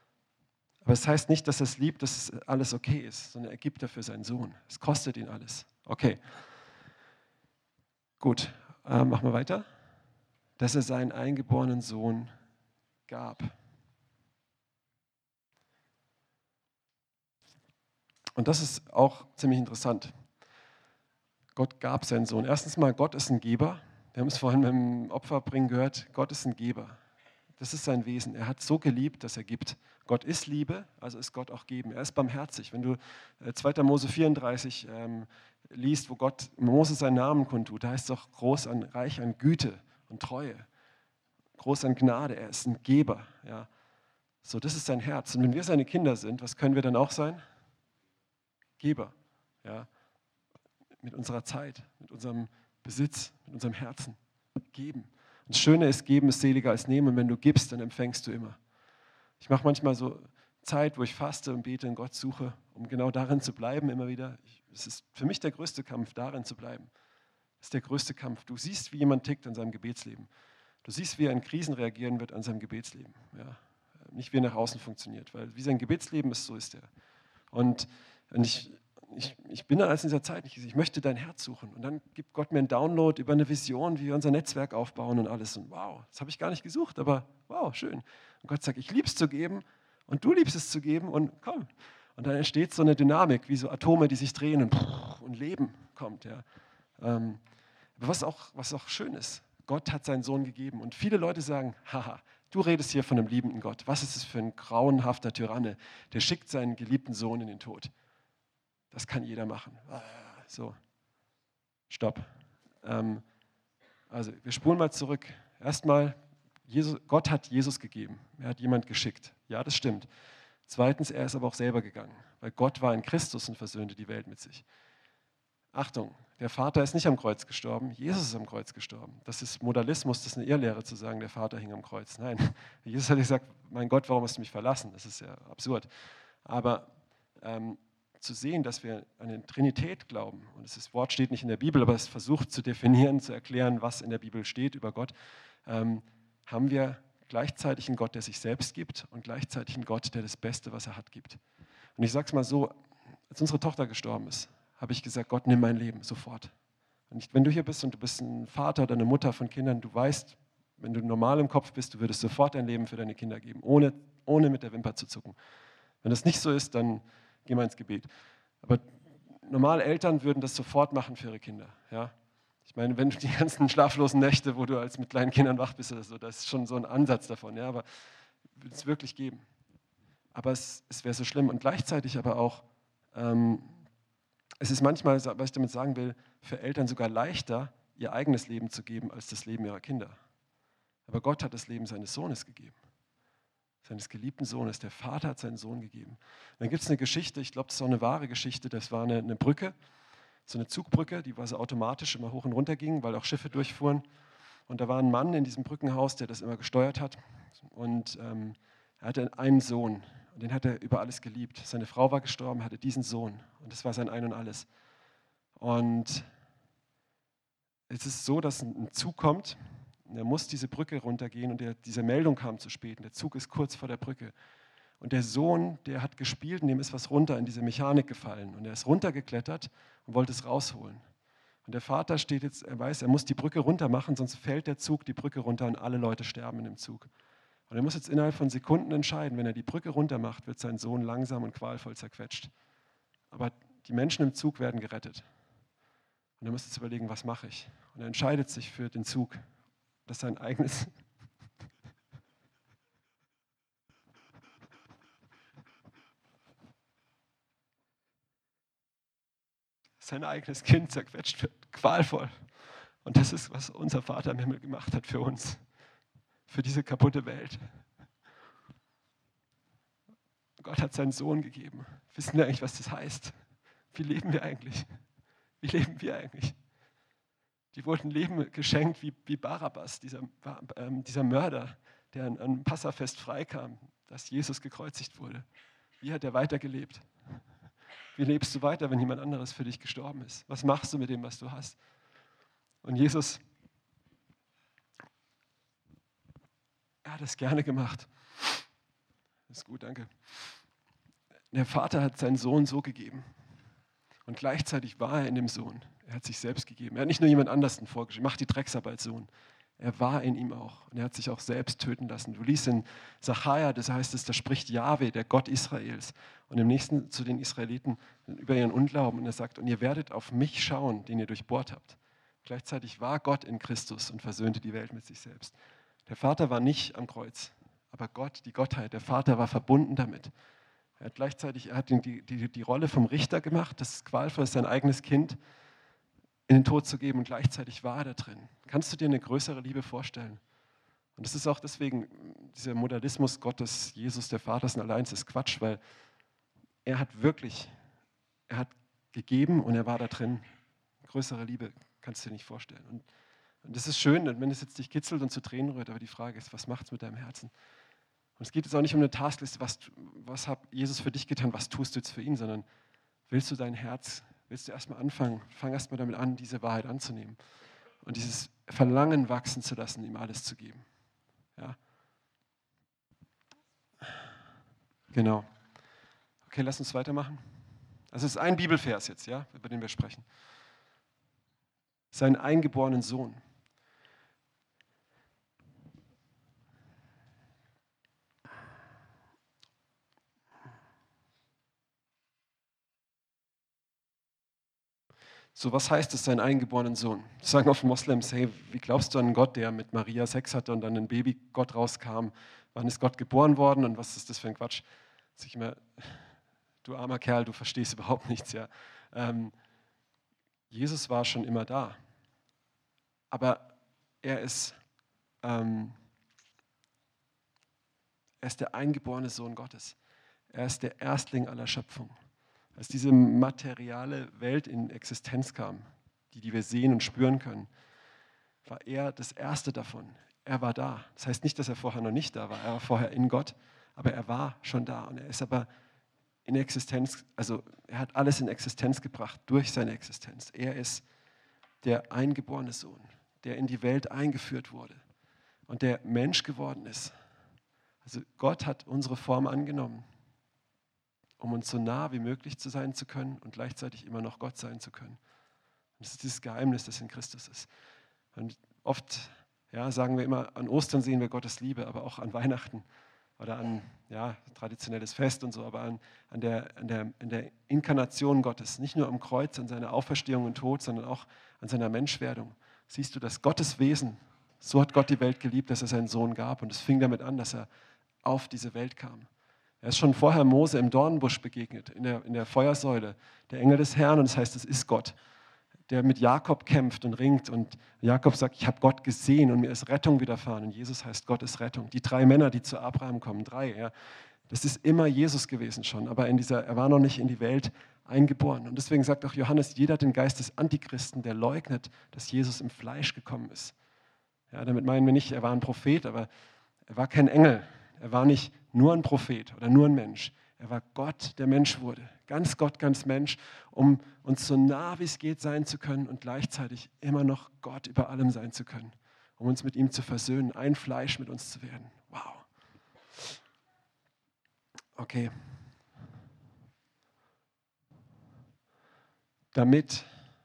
Aber es heißt nicht, dass er es liebt, dass alles okay ist, sondern er gibt dafür seinen Sohn. Es kostet ihn alles. Okay. Gut, äh, machen wir weiter. Dass er seinen eingeborenen Sohn gab. Und das ist auch ziemlich interessant. Gott gab seinen Sohn. Erstens mal, Gott ist ein Geber. Wir haben es vorhin beim Opferbringen gehört. Gott ist ein Geber. Das ist sein Wesen. Er hat so geliebt, dass er gibt. Gott ist Liebe, also ist Gott auch geben. Er ist barmherzig. Wenn du äh, zweiter Mose vierunddreißig ähm, liest, wo Gott Mose seinen Namen kundtut, da heißt es auch groß an, reich an Güte und Treue, groß an Gnade. Er ist ein Geber. Ja. So, das ist sein Herz. Und wenn wir seine Kinder sind, was können wir dann auch sein? Geber. Ja. Mit unserer Zeit, mit unserem Besitz, mit unserem Herzen. Geben. Und das Schöne ist, geben ist seliger als nehmen. Und wenn du gibst, dann empfängst du immer. Ich mache manchmal so Zeit, wo ich faste und bete und Gott suche, um genau darin zu bleiben, immer wieder. Es ist für mich der größte Kampf, darin zu bleiben. Das ist der größte Kampf. Du siehst, wie jemand tickt an seinem Gebetsleben. Du siehst, wie er in Krisen reagieren wird an seinem Gebetsleben. Ja. Nicht, wie er nach außen funktioniert. Weil wie sein Gebetsleben ist, so ist er. Und, und ich, ich, ich bin dann als in dieser Zeit, ich, ich möchte dein Herz suchen. Und dann gibt Gott mir einen Download über eine Vision, wie wir unser Netzwerk aufbauen und alles. Und wow, das habe ich gar nicht gesucht, aber wow, schön. Und Gott sagt, ich liebe es zu geben und du liebst es zu geben und komm. Und dann entsteht so eine Dynamik, wie so Atome, die sich drehen und, und Leben kommt. Ja. Ähm, was auch, was auch schön ist, Gott hat seinen Sohn gegeben. Und viele Leute sagen, haha, du redest hier von einem liebenden Gott. Was ist es für ein grauenhafter Tyranne, der schickt seinen geliebten Sohn in den Tod. Das kann jeder machen. So, stopp. Ähm, also wir spulen mal zurück. Erstmal, Jesus, Gott hat Jesus gegeben. Er hat jemand geschickt. Ja, das stimmt. Zweitens, er ist aber auch selber gegangen, weil Gott war in Christus und versöhnte die Welt mit sich. Achtung, der Vater ist nicht am Kreuz gestorben, Jesus ist am Kreuz gestorben. Das ist Modalismus, das ist eine Irrlehre zu sagen, der Vater hing am Kreuz. Nein, Jesus hat gesagt, mein Gott, warum hast du mich verlassen? Das ist ja absurd. Aber ähm, zu sehen, dass wir an eine Trinität glauben, und das Wort steht nicht in der Bibel, aber es versucht zu definieren, zu erklären, was in der Bibel steht über Gott, ähm, haben wir gleichzeitig einen Gott, der sich selbst gibt und gleichzeitig einen Gott, der das Beste, was er hat, gibt. Und ich sage es mal so, als unsere Tochter gestorben ist, habe ich gesagt, Gott, nimm mein Leben, sofort. Und wenn du hier bist und du bist ein Vater oder eine Mutter von Kindern, du weißt, wenn du normal im Kopf bist, du würdest sofort dein Leben für deine Kinder geben, ohne, ohne mit der Wimper zu zucken. Wenn das nicht so ist, dann geh mal ins Gebet. Aber normal Eltern würden das sofort machen für ihre Kinder. Ja? Ich meine, wenn du die ganzen schlaflosen Nächte, wo du als mit kleinen Kindern wach bist oder so, das ist schon so ein Ansatz davon. Ja? Aber würde es wirklich geben. Aber es, es wäre so schlimm. Und gleichzeitig aber auch, ähm, es ist manchmal, was ich damit sagen will, für Eltern sogar leichter, ihr eigenes Leben zu geben, als das Leben ihrer Kinder. Aber Gott hat das Leben seines Sohnes gegeben. Seines geliebten Sohnes. Der Vater hat seinen Sohn gegeben. Und dann gibt es eine Geschichte, ich glaube, das ist auch eine wahre Geschichte, das war eine, eine Brücke, so eine Zugbrücke, die war so automatisch immer hoch und runter ging, weil auch Schiffe durchfuhren. Und da war ein Mann in diesem Brückenhaus, der das immer gesteuert hat. Und ähm, er hatte einen Sohn. Und den hat er über alles geliebt. Seine Frau war gestorben, hatte diesen Sohn. Und das war sein Ein und Alles. Und es ist so, dass ein Zug kommt. Und er muss diese Brücke runtergehen. Und der, diese Meldung kam zu spät. Und der Zug ist kurz vor der Brücke. Und der Sohn, der hat gespielt und dem ist was runter in diese Mechanik gefallen. Und er ist runtergeklettert und wollte es rausholen. Und der Vater steht jetzt, er weiß, er muss die Brücke runter machen, sonst fällt der Zug die Brücke runter und alle Leute sterben in dem Zug. Und er muss jetzt innerhalb von Sekunden entscheiden, wenn er die Brücke runter macht, wird sein Sohn langsam und qualvoll zerquetscht. Aber die Menschen im Zug werden gerettet. Und er muss jetzt überlegen, was mache ich? Und er entscheidet sich für den Zug. Das ist sein eigenes... sein eigenes Kind zerquetscht wird, qualvoll. Und das ist, was unser Vater im Himmel gemacht hat für uns, für diese kaputte Welt. Gott hat seinen Sohn gegeben. Wissen wir eigentlich, was das heißt? Wie leben wir eigentlich? Wie leben wir eigentlich? Die wurden Leben geschenkt wie, wie Barabbas, dieser, äh, dieser Mörder, der an, an Passafest freikam, dass Jesus gekreuzigt wurde. Wie hat er weitergelebt? Wie lebst du weiter, wenn jemand anderes für dich gestorben ist? Was machst du mit dem, was du hast? Und Jesus, er hat es gerne gemacht. Das ist gut, danke. Der Vater hat seinen Sohn so gegeben. Und gleichzeitig war er in dem Sohn. Er hat sich selbst gegeben. Er hat nicht nur jemand anderen vorgeschrieben, mach die Drecksarbeit, Sohn. Er war in ihm auch. Und er hat sich auch selbst töten lassen. Du liest in Sacharja, das heißt es, da spricht Jahwe, der Gott Israels. Und im nächsten zu den Israeliten über ihren Unglauben. Und er sagt, und ihr werdet auf mich schauen, den ihr durchbohrt habt. Gleichzeitig war Gott in Christus und versöhnte die Welt mit sich selbst. Der Vater war nicht am Kreuz, aber Gott, die Gottheit, der Vater war verbunden damit. Er hat gleichzeitig, er hat die, die, die Rolle vom Richter gemacht, das ist qualvoll, sein eigenes Kind in den Tod zu geben und gleichzeitig war er da drin. Kannst du dir eine größere Liebe vorstellen? Und das ist auch deswegen, dieser Modalismus Gottes, Jesus, der Vater ist allein, das ist Quatsch, weil er hat wirklich, er hat gegeben und er war da drin. Größere Liebe kannst du dir nicht vorstellen. Und, und das ist schön, wenn es jetzt dich kitzelt und zu Tränen rührt, aber die Frage ist, was macht es mit deinem Herzen? Und es geht jetzt auch nicht um eine Taskliste, was, was hat Jesus für dich getan, was tust du jetzt für ihn, sondern willst du dein Herz, willst du erstmal anfangen, fang erstmal damit an, diese Wahrheit anzunehmen und dieses Verlangen wachsen zu lassen, ihm alles zu geben. Ja. Genau. Okay, lass uns weitermachen. Also es ist ein Bibelvers jetzt, ja, über den wir sprechen. Seinen eingeborenen Sohn. So, was heißt es, seinen eingeborenen Sohn? Das sagen oft Moslems, hey, wie glaubst du an einen Gott, der mit Maria Sex hatte und dann ein Babygott rauskam? Wann ist Gott geboren worden und was ist das für ein Quatsch? Sag ich immer, du armer Kerl, du verstehst überhaupt nichts. Ja. Ähm, Jesus war schon immer da, aber er ist, ähm, er ist der eingeborene Sohn Gottes. Er ist der Erstling aller Schöpfung. Als diese materiale Welt in Existenz kam, die, die wir sehen und spüren können, war er das Erste davon. Er war da. Das heißt nicht, dass er vorher noch nicht da war. Er war vorher in Gott, aber er war schon da. Und er ist aber in Existenz, also er hat alles in Existenz gebracht durch seine Existenz. Er ist der eingeborene Sohn, der in die Welt eingeführt wurde und der Mensch geworden ist. Also Gott hat unsere Form angenommen, um uns so nah wie möglich zu sein zu können und gleichzeitig immer noch Gott sein zu können. Und das ist dieses Geheimnis, das in Christus ist. Und oft ja, sagen wir immer, an Ostern sehen wir Gottes Liebe, aber auch an Weihnachten oder an ja, traditionelles Fest und so, aber an, an, der, an, der, an der Inkarnation Gottes, nicht nur am Kreuz, an seiner Auferstehung und Tod, sondern auch an seiner Menschwerdung. Siehst du, dass Gottes Wesen, so hat Gott die Welt geliebt, dass er seinen Sohn gab. Und es fing damit an, dass er auf diese Welt kam. Er ist schon vorher Mose im Dornbusch begegnet, in der, in der Feuersäule, der Engel des Herrn, und das heißt, es ist Gott, der mit Jakob kämpft und ringt. Und Jakob sagt, ich habe Gott gesehen und mir ist Rettung widerfahren. Und Jesus heißt, Gott ist Rettung. Die drei Männer, die zu Abraham kommen, drei, ja, das ist immer Jesus gewesen schon, aber in dieser, er war noch nicht in die Welt eingeboren. Und deswegen sagt auch Johannes, jeder hat den Geist des Antichristen, der leugnet, dass Jesus im Fleisch gekommen ist. Ja, damit meinen wir nicht, er war ein Prophet, aber er war kein Engel. Er war nicht nur ein Prophet oder nur ein Mensch. Er war Gott, der Mensch wurde. Ganz Gott, ganz Mensch, um uns so nah wie es geht sein zu können und gleichzeitig immer noch Gott über allem sein zu können. Um uns mit ihm zu versöhnen, ein Fleisch mit uns zu werden. Wow. Okay. Damit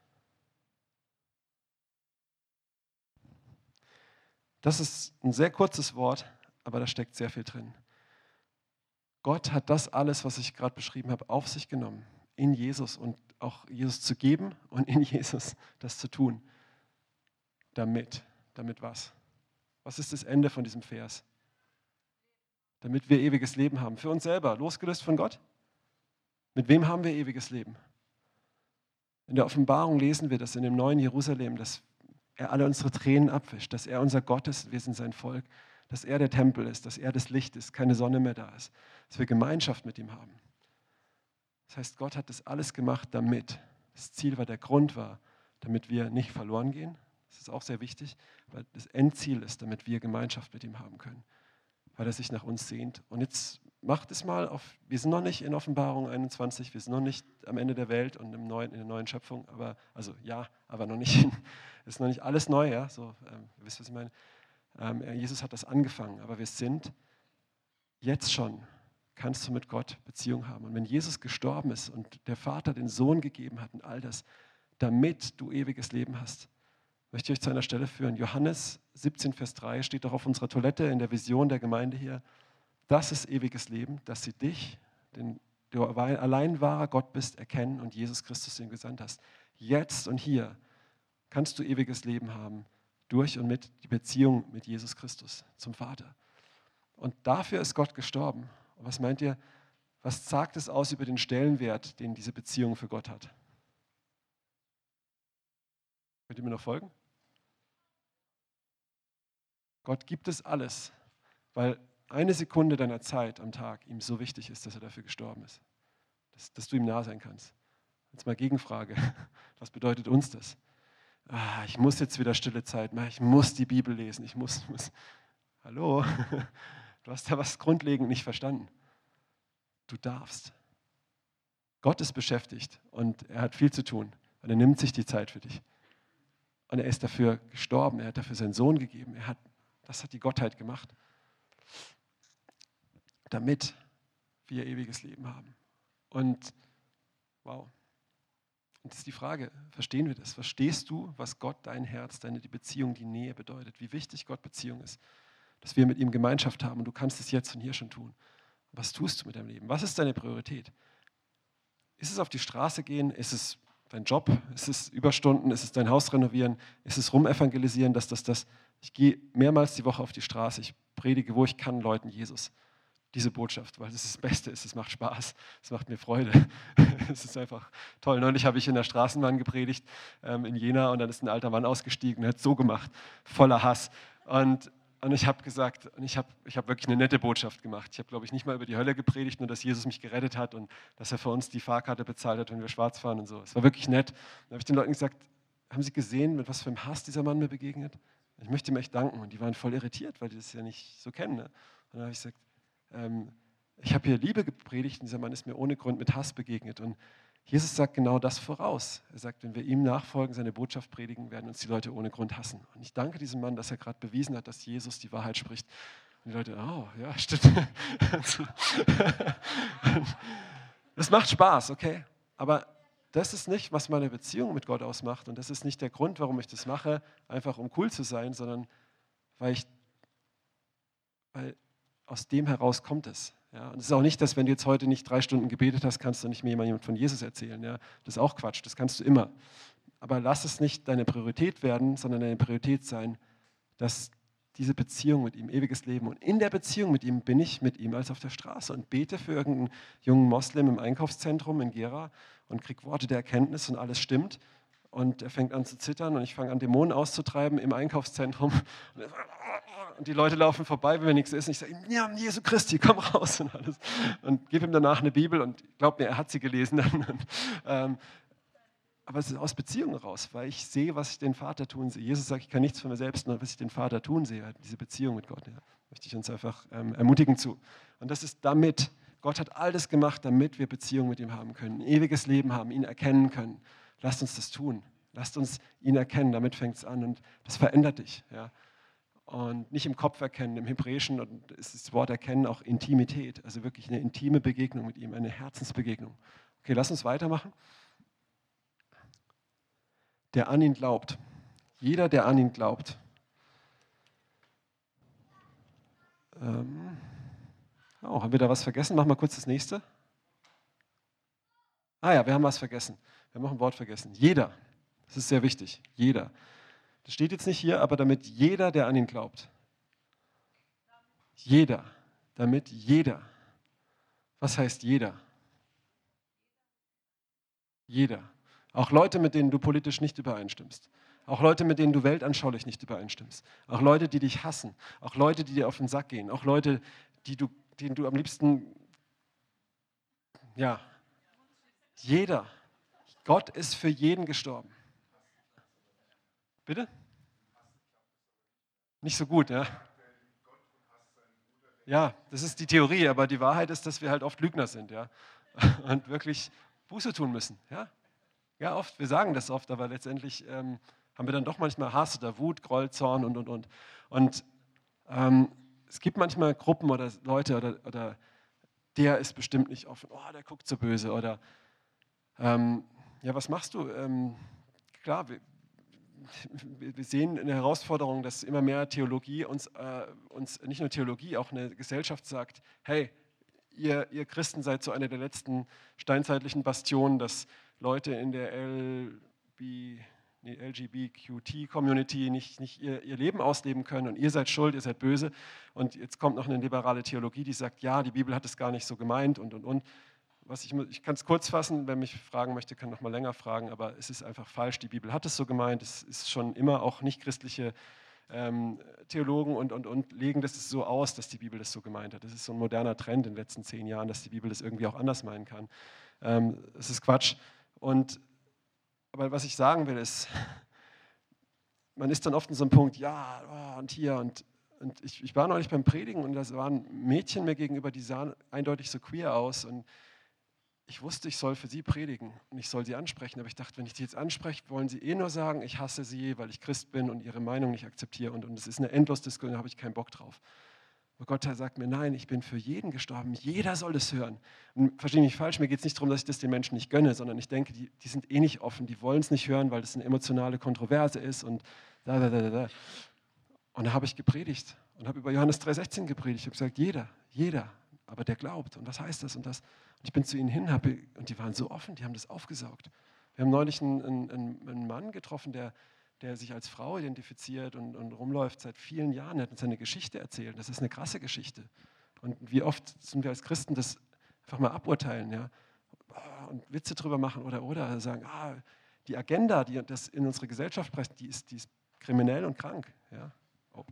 das ist ein sehr kurzes Wort, aber da steckt sehr viel drin. Gott hat das alles, was ich gerade beschrieben habe, auf sich genommen, in Jesus und auch Jesus zu geben und in Jesus das zu tun. Damit, damit was? Was ist das Ende von diesem Vers? Damit wir ewiges Leben haben. Für uns selber, losgelöst von Gott. Mit wem haben wir ewiges Leben? In der Offenbarung lesen wir das in dem neuen Jerusalem, dass er alle unsere Tränen abwischt, dass er unser Gott ist, wir sind sein Volk, dass er der Tempel ist, dass er das Licht ist, keine Sonne mehr da ist, dass wir Gemeinschaft mit ihm haben. Das heißt, Gott hat das alles gemacht, damit das Ziel war, der Grund war, damit wir nicht verloren gehen. Das ist auch sehr wichtig, weil das Endziel ist, damit wir Gemeinschaft mit ihm haben können, weil er sich nach uns sehnt. Und jetzt macht es mal auf, wir sind noch nicht in Offenbarung einundzwanzig, wir sind noch nicht am Ende der Welt und im neuen, in der neuen Schöpfung, aber, also ja, aber noch nicht, ist noch nicht alles neu, ja, so, ähm, ihr wisst, was ich meine. Ähm, Jesus hat das angefangen, aber wir sind jetzt schon, kannst du mit Gott Beziehung haben. Und wenn Jesus gestorben ist und der Vater den Sohn gegeben hat und all das, damit du ewiges Leben hast, möchte ich euch zu einer Stelle führen. Johannes siebzehn, Vers drei steht doch auf unserer Toilette in der Vision der Gemeinde hier. Das ist ewiges Leben, dass sie dich, den du allein wahrer Gott bist, erkennen und Jesus Christus, den du gesandt hast. Jetzt und hier kannst du ewiges Leben haben durch und mit die Beziehung mit Jesus Christus zum Vater. Und dafür ist Gott gestorben. Und was meint ihr, was sagt es aus über den Stellenwert, den diese Beziehung für Gott hat? Könnt ihr mir noch folgen? Gott gibt es alles, weil eine Sekunde deiner Zeit am Tag ihm so wichtig ist, dass er dafür gestorben ist. Dass, dass du ihm nah sein kannst. Jetzt mal Gegenfrage. Was bedeutet uns das? Ah, ich muss jetzt wieder stille Zeit machen, ich muss die Bibel lesen, ich muss, muss. Hallo? Du hast da was grundlegend nicht verstanden. Du darfst. Gott ist beschäftigt und er hat viel zu tun und er nimmt sich die Zeit für dich. Und er ist dafür gestorben, er hat dafür seinen Sohn gegeben, er hat, das hat die Gottheit gemacht, damit wir ewiges Leben haben. Und Wow. Und das ist die Frage, verstehen wir das? Verstehst du, was Gott dein Herz, deine die Beziehung, die Nähe bedeutet? Wie wichtig Gott Beziehung ist? Dass wir mit ihm Gemeinschaft haben und du kannst es jetzt und hier schon tun. Was tust du mit deinem Leben? Was ist deine Priorität? Ist es auf die Straße gehen? Ist es dein Job? Ist es Überstunden? Ist es dein Haus renovieren? Ist es rumevangelisieren? Das, das, das. Ich gehe mehrmals die Woche auf die Straße. Ich predige, wo ich kann, Leuten Jesus. Diese Botschaft, weil es das Beste ist, es macht Spaß, es macht mir Freude. Es ist einfach toll. Neulich habe ich in der Straßenbahn gepredigt ähm, in Jena und dann ist ein alter Mann ausgestiegen und hat so gemacht, voller Hass. Und, und ich habe gesagt, und ich habe ich hab wirklich eine nette Botschaft gemacht. Ich habe, glaube ich, nicht mal über die Hölle gepredigt, nur dass Jesus mich gerettet hat und dass er für uns die Fahrkarte bezahlt hat, wenn wir schwarz fahren und so. Es war wirklich nett. Dann habe ich den Leuten gesagt, haben Sie gesehen, mit was für einem Hass dieser Mann mir begegnet? Ich möchte ihm echt danken. Und die waren voll irritiert, weil die das ja nicht so kennen. Ne? Und dann habe ich gesagt, ich habe hier Liebe gepredigt und dieser Mann ist mir ohne Grund mit Hass begegnet. Und Jesus sagt genau das voraus. Er sagt, wenn wir ihm nachfolgen, seine Botschaft predigen, werden uns die Leute ohne Grund hassen. Und ich danke diesem Mann, dass er gerade bewiesen hat, dass Jesus die Wahrheit spricht. Und die Leute, oh, ja, stimmt. Das macht Spaß, okay? Aber das ist nicht, was meine Beziehung mit Gott ausmacht. Und das ist nicht der Grund, warum ich das mache, einfach um cool zu sein, sondern weil ich, weil aus dem heraus kommt es. Ja? Und es ist auch nicht, dass wenn du jetzt heute nicht drei Stunden gebetet hast, kannst du nicht mehr jemand von Jesus erzählen. Ja? Das ist auch Quatsch, das kannst du immer. Aber lass es nicht deine Priorität werden, sondern deine Priorität sein, dass diese Beziehung mit ihm, ewiges Leben. Und in der Beziehung mit ihm bin ich mit ihm als auf der Straße und bete für irgendeinen jungen Moslem im Einkaufszentrum in Gera und kriege Worte der Erkenntnis und alles stimmt. Und er fängt an zu zittern und ich fange an, Dämonen auszutreiben im Einkaufszentrum. Und die Leute laufen vorbei, wenn mir nichts ist. Und ich sage, ja, Jesu Christi, komm raus und alles. Und gebe ihm danach eine Bibel und glaub mir, er hat sie gelesen. Und, ähm, aber es ist aus Beziehung raus, weil ich sehe, was ich den Vater tun sehe. Jesus sagt, ich kann nichts von mir selbst, nur was ich den Vater tun sehe. Diese Beziehung mit Gott. Ja, möchte ich uns einfach ähm, ermutigen zu. Und das ist damit, Gott hat all das gemacht, damit wir Beziehung mit ihm haben können, ein ewiges Leben haben, ihn erkennen können. Lasst uns das tun. Lasst uns ihn erkennen, damit fängt es an. Und das verändert dich. Ja. Und nicht im Kopf erkennen, im Hebräischen ist das Wort erkennen auch Intimität, also wirklich eine intime Begegnung mit ihm, eine Herzensbegegnung. Okay, lass uns weitermachen. Der an ihn glaubt. Jeder, der an ihn glaubt. Ähm, oh, haben wir da was vergessen? Machen wir kurz das nächste. Ah ja, wir haben was vergessen. Wir haben noch ein Wort vergessen. Jeder. Das ist sehr wichtig. Jeder. Das steht jetzt nicht hier, aber damit jeder, der an ihn glaubt. Jeder. Damit jeder. Was heißt jeder? Jeder. Auch Leute, mit denen du politisch nicht übereinstimmst. Auch Leute, mit denen du weltanschaulich nicht übereinstimmst. Auch Leute, die dich hassen. Auch Leute, die dir auf den Sack gehen. Auch Leute, die du, denen du am liebsten, ja, jeder. Gott ist für jeden gestorben. Bitte? Nicht so gut, ja? Ja, das ist die Theorie, aber die Wahrheit ist, dass wir halt oft Lügner sind, ja? Und wirklich Buße tun müssen, ja? Ja, oft, wir sagen das oft, aber letztendlich ähm, haben wir dann doch manchmal Hass oder Wut, Groll, Zorn und, und, und. Und ähm, es gibt manchmal Gruppen oder Leute oder, oder der ist bestimmt nicht offen, oh, der guckt so böse oder ähm, ja, was machst du? Ähm, klar, wir, wir sehen eine Herausforderung, dass immer mehr Theologie uns, äh, uns, nicht nur Theologie, auch eine Gesellschaft sagt, hey, ihr, ihr Christen seid so eine der letzten steinzeitlichen Bastionen, dass Leute in der L B, nee, L G B Q T-Community nicht, nicht ihr, ihr Leben ausleben können und ihr seid schuld, ihr seid böse. Und jetzt kommt noch eine liberale Theologie, die sagt, ja, die Bibel hat es gar nicht so gemeint und, und, und. Was ich, ich kann es kurz fassen, wer mich fragen möchte, kann noch mal länger fragen, aber es ist einfach falsch, die Bibel hat es so gemeint, es ist schon immer auch nicht-christliche ähm, Theologen und, und, und legen das so aus, dass die Bibel das so gemeint hat. Das ist so ein moderner Trend in den letzten zehn Jahren, dass die Bibel das irgendwie auch anders meinen kann. Ähm, das ist Quatsch. Und, aber was ich sagen will ist, man ist dann oft in so einem Punkt, ja, oh, und hier und Und ich, ich war neulich beim Predigen und da waren Mädchen mir gegenüber, die sahen eindeutig so queer aus und ich wusste, ich soll für sie predigen und ich soll sie ansprechen, aber ich dachte, wenn ich die jetzt anspreche, wollen sie eh nur sagen, ich hasse sie, weil ich Christ bin und ihre Meinung nicht akzeptiere und, und es ist eine Endlosdiskussion, da habe ich keinen Bock drauf. Aber Gott sagt mir, nein, ich bin für jeden gestorben. Jeder soll das hören. Und verstehe mich falsch, mir geht es nicht darum, dass ich das den Menschen nicht gönne, sondern ich denke, die, die sind eh nicht offen, die wollen es nicht hören, weil das eine emotionale Kontroverse ist und da, da, da, da. Und da habe ich gepredigt und habe über Johannes drei sechzehn gepredigt. Ich habe gesagt, jeder, jeder, aber der glaubt. Und was heißt das und das? Und ich bin zu ihnen hin hab, und die waren so offen, die haben das aufgesaugt. Wir haben neulich einen, einen, einen Mann getroffen, der, der sich als Frau identifiziert und, und rumläuft seit vielen Jahren. Er hat uns seine Geschichte erzählt. Das ist eine krasse Geschichte. Und wie oft sind wir als Christen das einfach mal aburteilen, ja? Und Witze drüber machen oder, oder sagen, ah, die Agenda, die das in unsere Gesellschaft presst, die ist, die ist kriminell und krank. Ja? Oh.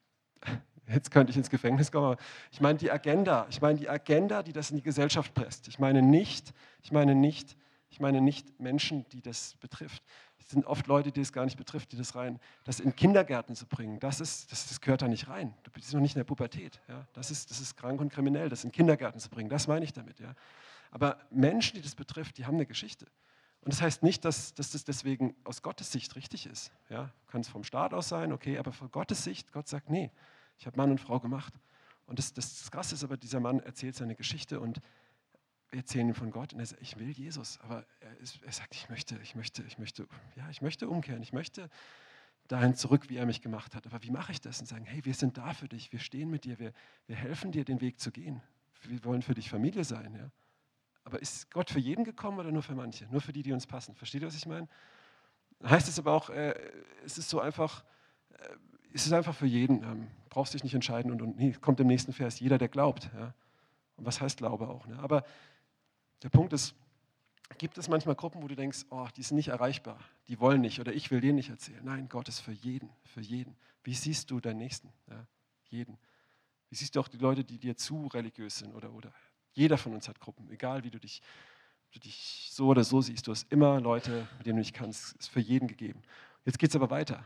Jetzt könnte ich ins Gefängnis kommen, aber ich meine die Agenda, ich meine die Agenda, die das in die Gesellschaft presst. Ich meine nicht, ich meine nicht, ich meine nicht Menschen, die das betrifft. Es sind oft Leute, die es gar nicht betrifft, die das rein, das in Kindergärten zu bringen, das, ist, das, das gehört da nicht rein. Du bist noch nicht in der Pubertät. Ja? Das, ist, das ist krank und kriminell, das in Kindergärten zu bringen, das meine ich damit. Ja? Aber Menschen, die das betrifft, die haben eine Geschichte. Und das heißt nicht, dass, dass das deswegen aus Gottes Sicht richtig ist. Ja? Kann es vom Staat aus sein, okay, aber von Gottes Sicht, Gott sagt, nee, ich habe Mann und Frau gemacht. Und das, das, das Krasse ist aber, dieser Mann erzählt seine Geschichte und wir erzählen ihm von Gott und er sagt, ich will Jesus. Aber er, ist, er sagt, ich möchte, ich möchte, ich möchte, ja, ich möchte umkehren, ich möchte dahin zurück, wie er mich gemacht hat. Aber wie mache ich das? Und sagen, hey, wir sind da für dich, wir stehen mit dir, wir, wir helfen dir, den Weg zu gehen. Wir wollen für dich Familie sein. Ja? Aber ist Gott für jeden gekommen oder nur für manche? Nur für die, die uns passen. Versteht ihr, was ich meine? Heißt es aber auch, äh, es ist so einfach, äh, es ist einfach für jeden. Ähm, brauchst dich nicht entscheiden und, und nee, kommt im nächsten Vers, jeder, der glaubt. Ja? Und was heißt Glaube auch? Ne? Aber der Punkt ist, gibt es manchmal Gruppen, wo du denkst, oh, die sind nicht erreichbar, die wollen nicht oder ich will denen nicht erzählen. Nein, Gott ist für jeden, für jeden. Wie siehst du deinen Nächsten? Ja? Jeden. Wie siehst du auch die Leute, die dir zu religiös sind oder, oder jeder von uns hat Gruppen, egal wie du dich, du dich so oder so siehst. Du hast immer Leute, mit denen du nicht kannst. Ist für jeden gegeben. Jetzt geht es aber weiter.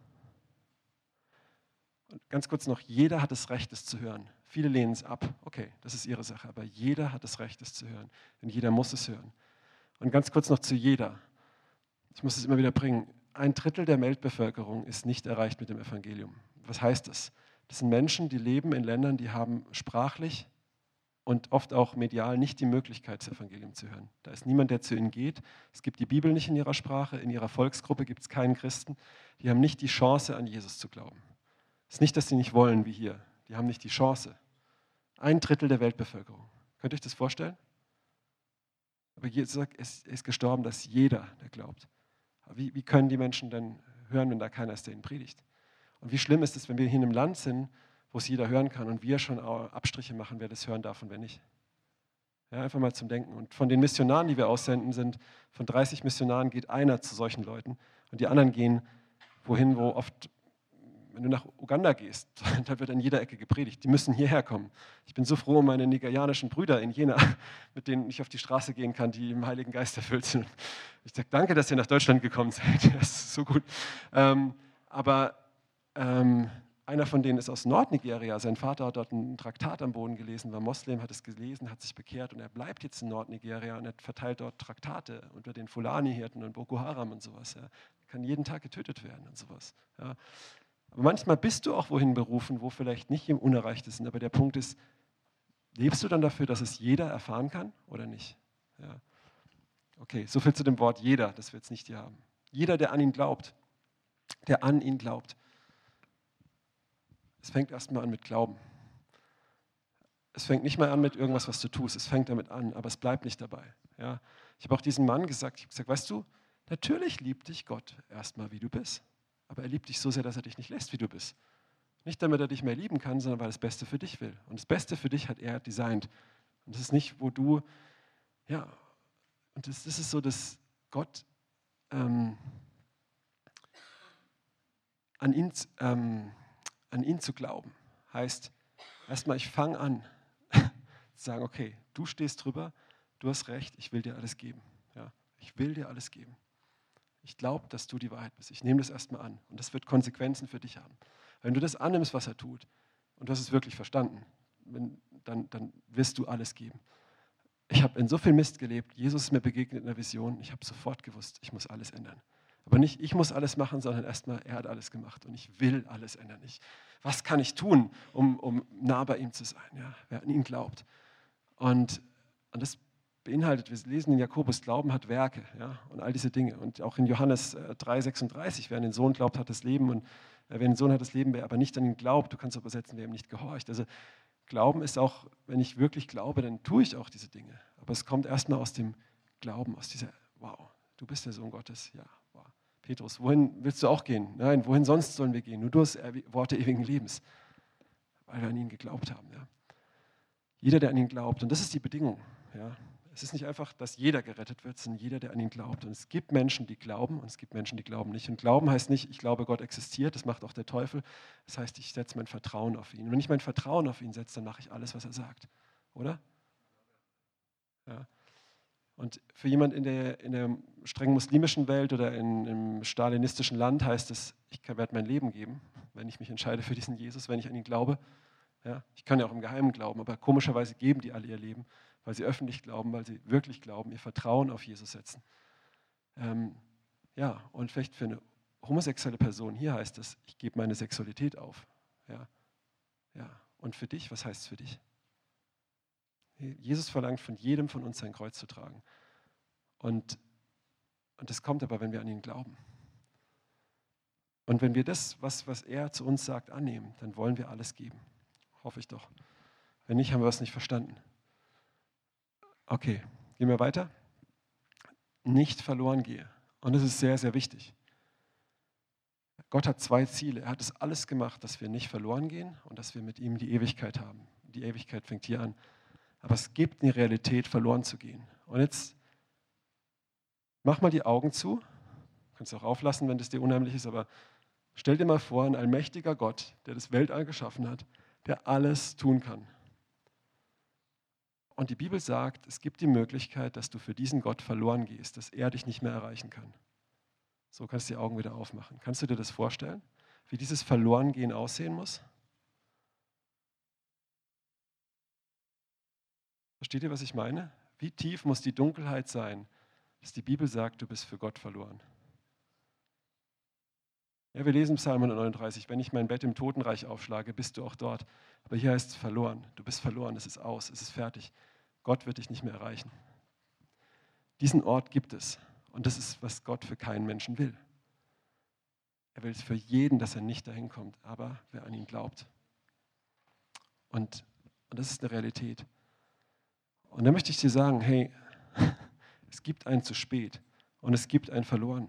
Und ganz kurz noch, jeder hat das Recht, es zu hören. Viele lehnen es ab. Okay, das ist ihre Sache. Aber jeder hat das Recht, es zu hören. Denn jeder muss es hören. Und ganz kurz noch zu jeder. Ich muss es immer wieder bringen. Ein Drittel der Weltbevölkerung ist nicht erreicht mit dem Evangelium. Was heißt das? Das sind Menschen, die leben in Ländern, die haben sprachlich und oft auch medial nicht die Möglichkeit, das Evangelium zu hören. Da ist niemand, der zu ihnen geht. Es gibt die Bibel nicht in ihrer Sprache, in ihrer Volksgruppe gibt es keinen Christen. Die haben nicht die Chance, an Jesus zu glauben. Es ist nicht, dass sie nicht wollen, wie hier. Die haben nicht die Chance. Ein Drittel der Weltbevölkerung. Könnt ihr euch das vorstellen? Aber Jesus sagt, es ist gestorben, dass jeder, der glaubt. Aber wie, wie können die Menschen denn hören, wenn da keiner ist, der ihnen predigt? Und wie schlimm ist es, wenn wir hier in einem Land sind, wo es jeder hören kann und wir schon Abstriche machen, wer das hören darf und wer nicht. Ja, einfach mal zum Denken. Und von den Missionaren, die wir aussenden, sind von dreißig Missionaren geht einer zu solchen Leuten und die anderen gehen wohin, wo oft, wenn du nach Uganda gehst, da wird an jeder Ecke gepredigt. Die müssen hierher kommen. Ich bin so froh um meine nigerianischen Brüder in Jena, mit denen ich auf die Straße gehen kann, die im Heiligen Geist erfüllt sind. Ich sage, danke, dass ihr nach Deutschland gekommen seid. Das ist so gut. Ähm, aber ähm, einer von denen ist aus Nordnigeria. Sein Vater hat dort ein Traktat am Boden gelesen, war Moslem, hat es gelesen, hat sich bekehrt und er bleibt jetzt in Nordnigeria und er verteilt dort Traktate unter den Fulani-Hirten und Boko Haram und sowas. Ja. Er kann jeden Tag getötet werden und sowas. Ja. Aber manchmal bist du auch wohin berufen, wo vielleicht nicht im Unerreicht ist. Aber der Punkt ist, lebst du dann dafür, dass es jeder erfahren kann oder nicht? Ja. Okay, soviel zu dem Wort jeder, das wir jetzt nicht hier haben. Jeder, der an ihn glaubt, der an ihn glaubt. Es fängt erstmal an mit Glauben. Es fängt nicht mal an mit irgendwas, was du tust. Es fängt damit an, aber es bleibt nicht dabei. Ja. Ich habe auch diesem Mann gesagt, ich habe gesagt, weißt du, natürlich liebt dich Gott erstmal, wie du bist. Aber er liebt dich so sehr, dass er dich nicht lässt, wie du bist. Nicht damit er dich mehr lieben kann, sondern weil er das Beste für dich will. Und das Beste für dich hat er designt. Und das ist nicht, wo du, ja, und das, das ist so, dass Gott ähm, an ihn, ähm, an ihn zu glauben, heißt, erstmal ich fange an, zu sagen, okay, du stehst drüber, du hast recht, ich will dir alles geben. Ja, ich will dir alles geben. Ich glaube, dass du die Wahrheit bist. Ich nehme das erstmal an. Und das wird Konsequenzen für dich haben. Wenn du das annimmst, was er tut, und du hast es wirklich verstanden, wenn, dann, dann wirst du alles geben. Ich habe in so viel Mist gelebt. Jesus ist mir begegnet in einer Vision. Ich habe sofort gewusst, ich muss alles ändern. Aber nicht, ich muss alles machen, sondern erstmal, er hat alles gemacht und ich will alles ändern. Ich, was kann ich tun, um, um nah bei ihm zu sein? Ja? Wer an ihn glaubt. Und, und das beinhaltet, wir lesen in Jakobus, Glauben hat Werke, ja? Und all diese Dinge. Und auch in Johannes drei sechsunddreißig, wer an den Sohn glaubt, hat das Leben. Und wer den Sohn hat das Leben, wer aber nicht an ihn glaubt, du kannst auch übersetzen, wer ihm nicht gehorcht. Also Glauben ist auch, wenn ich wirklich glaube, dann tue ich auch diese Dinge. Aber es kommt erstmal aus dem Glauben, aus dieser, wow, du bist der Sohn Gottes, ja, wow. Petrus, wohin willst du auch gehen? Nein, wohin sonst sollen wir gehen? Nur du hast Worte ewigen Lebens, weil wir an ihn geglaubt haben. Ja. Jeder, der an ihn glaubt, und das ist die Bedingung. Ja. Es ist nicht einfach, dass jeder gerettet wird, sondern jeder, der an ihn glaubt. Und es gibt Menschen, die glauben und es gibt Menschen, die glauben nicht. Und Glauben heißt nicht, ich glaube, Gott existiert, das macht auch der Teufel. Das heißt, ich setze mein Vertrauen auf ihn. Und wenn ich mein Vertrauen auf ihn setze, dann mache ich alles, was er sagt. Oder? Ja. Und für jemanden in der, in der streng muslimischen Welt oder in, im stalinistischen Land heißt es, ich werde mein Leben geben, wenn ich mich entscheide für diesen Jesus, wenn ich an ihn glaube. Ja, ich kann ja auch im Geheimen glauben, aber komischerweise geben die alle ihr Leben, weil sie öffentlich glauben, weil sie wirklich glauben, ihr Vertrauen auf Jesus setzen. Ähm, ja, und vielleicht für eine homosexuelle Person, hier heißt es, ich gebe meine Sexualität auf. Ja, ja. Und für dich, was heißt es für dich? Jesus verlangt von jedem von uns sein Kreuz zu tragen. Und, und das kommt aber, wenn wir an ihn glauben. Und wenn wir das, was, was er zu uns sagt, annehmen, dann wollen wir alles geben. Hoffe ich doch. Wenn nicht, haben wir es nicht verstanden. Okay, gehen wir weiter. Nicht verloren gehe. Und das ist sehr, sehr wichtig. Gott hat zwei Ziele. Er hat es alles gemacht, dass wir nicht verloren gehen und dass wir mit ihm die Ewigkeit haben. Die Ewigkeit fängt hier an. Aber es gibt eine Realität, verloren zu gehen. Und jetzt mach mal die Augen zu. Du kannst auch auflassen, wenn das dir unheimlich ist, aber stell dir mal vor, ein allmächtiger Gott, der das Weltall geschaffen hat, der alles tun kann. Und die Bibel sagt, es gibt die Möglichkeit, dass du für diesen Gott verloren gehst, dass er dich nicht mehr erreichen kann. So kannst du die Augen wieder aufmachen. Kannst du dir das vorstellen, wie dieses Verlorengehen aussehen muss? Versteht ihr, was ich meine? Wie tief muss die Dunkelheit sein, dass die Bibel sagt, du bist für Gott verloren? Ja, wir lesen Psalm hundertneununddreißig, wenn ich mein Bett im Totenreich aufschlage, bist du auch dort. Aber hier heißt es verloren. Du bist verloren, es ist aus, es ist fertig. Gott wird dich nicht mehr erreichen. Diesen Ort gibt es. Und das ist, was Gott für keinen Menschen will. Er will es für jeden, dass er nicht dahin kommt, aber wer an ihn glaubt. Und, und das ist eine Realität. Und da möchte ich dir sagen, hey, es gibt ein zu spät und es gibt ein verloren.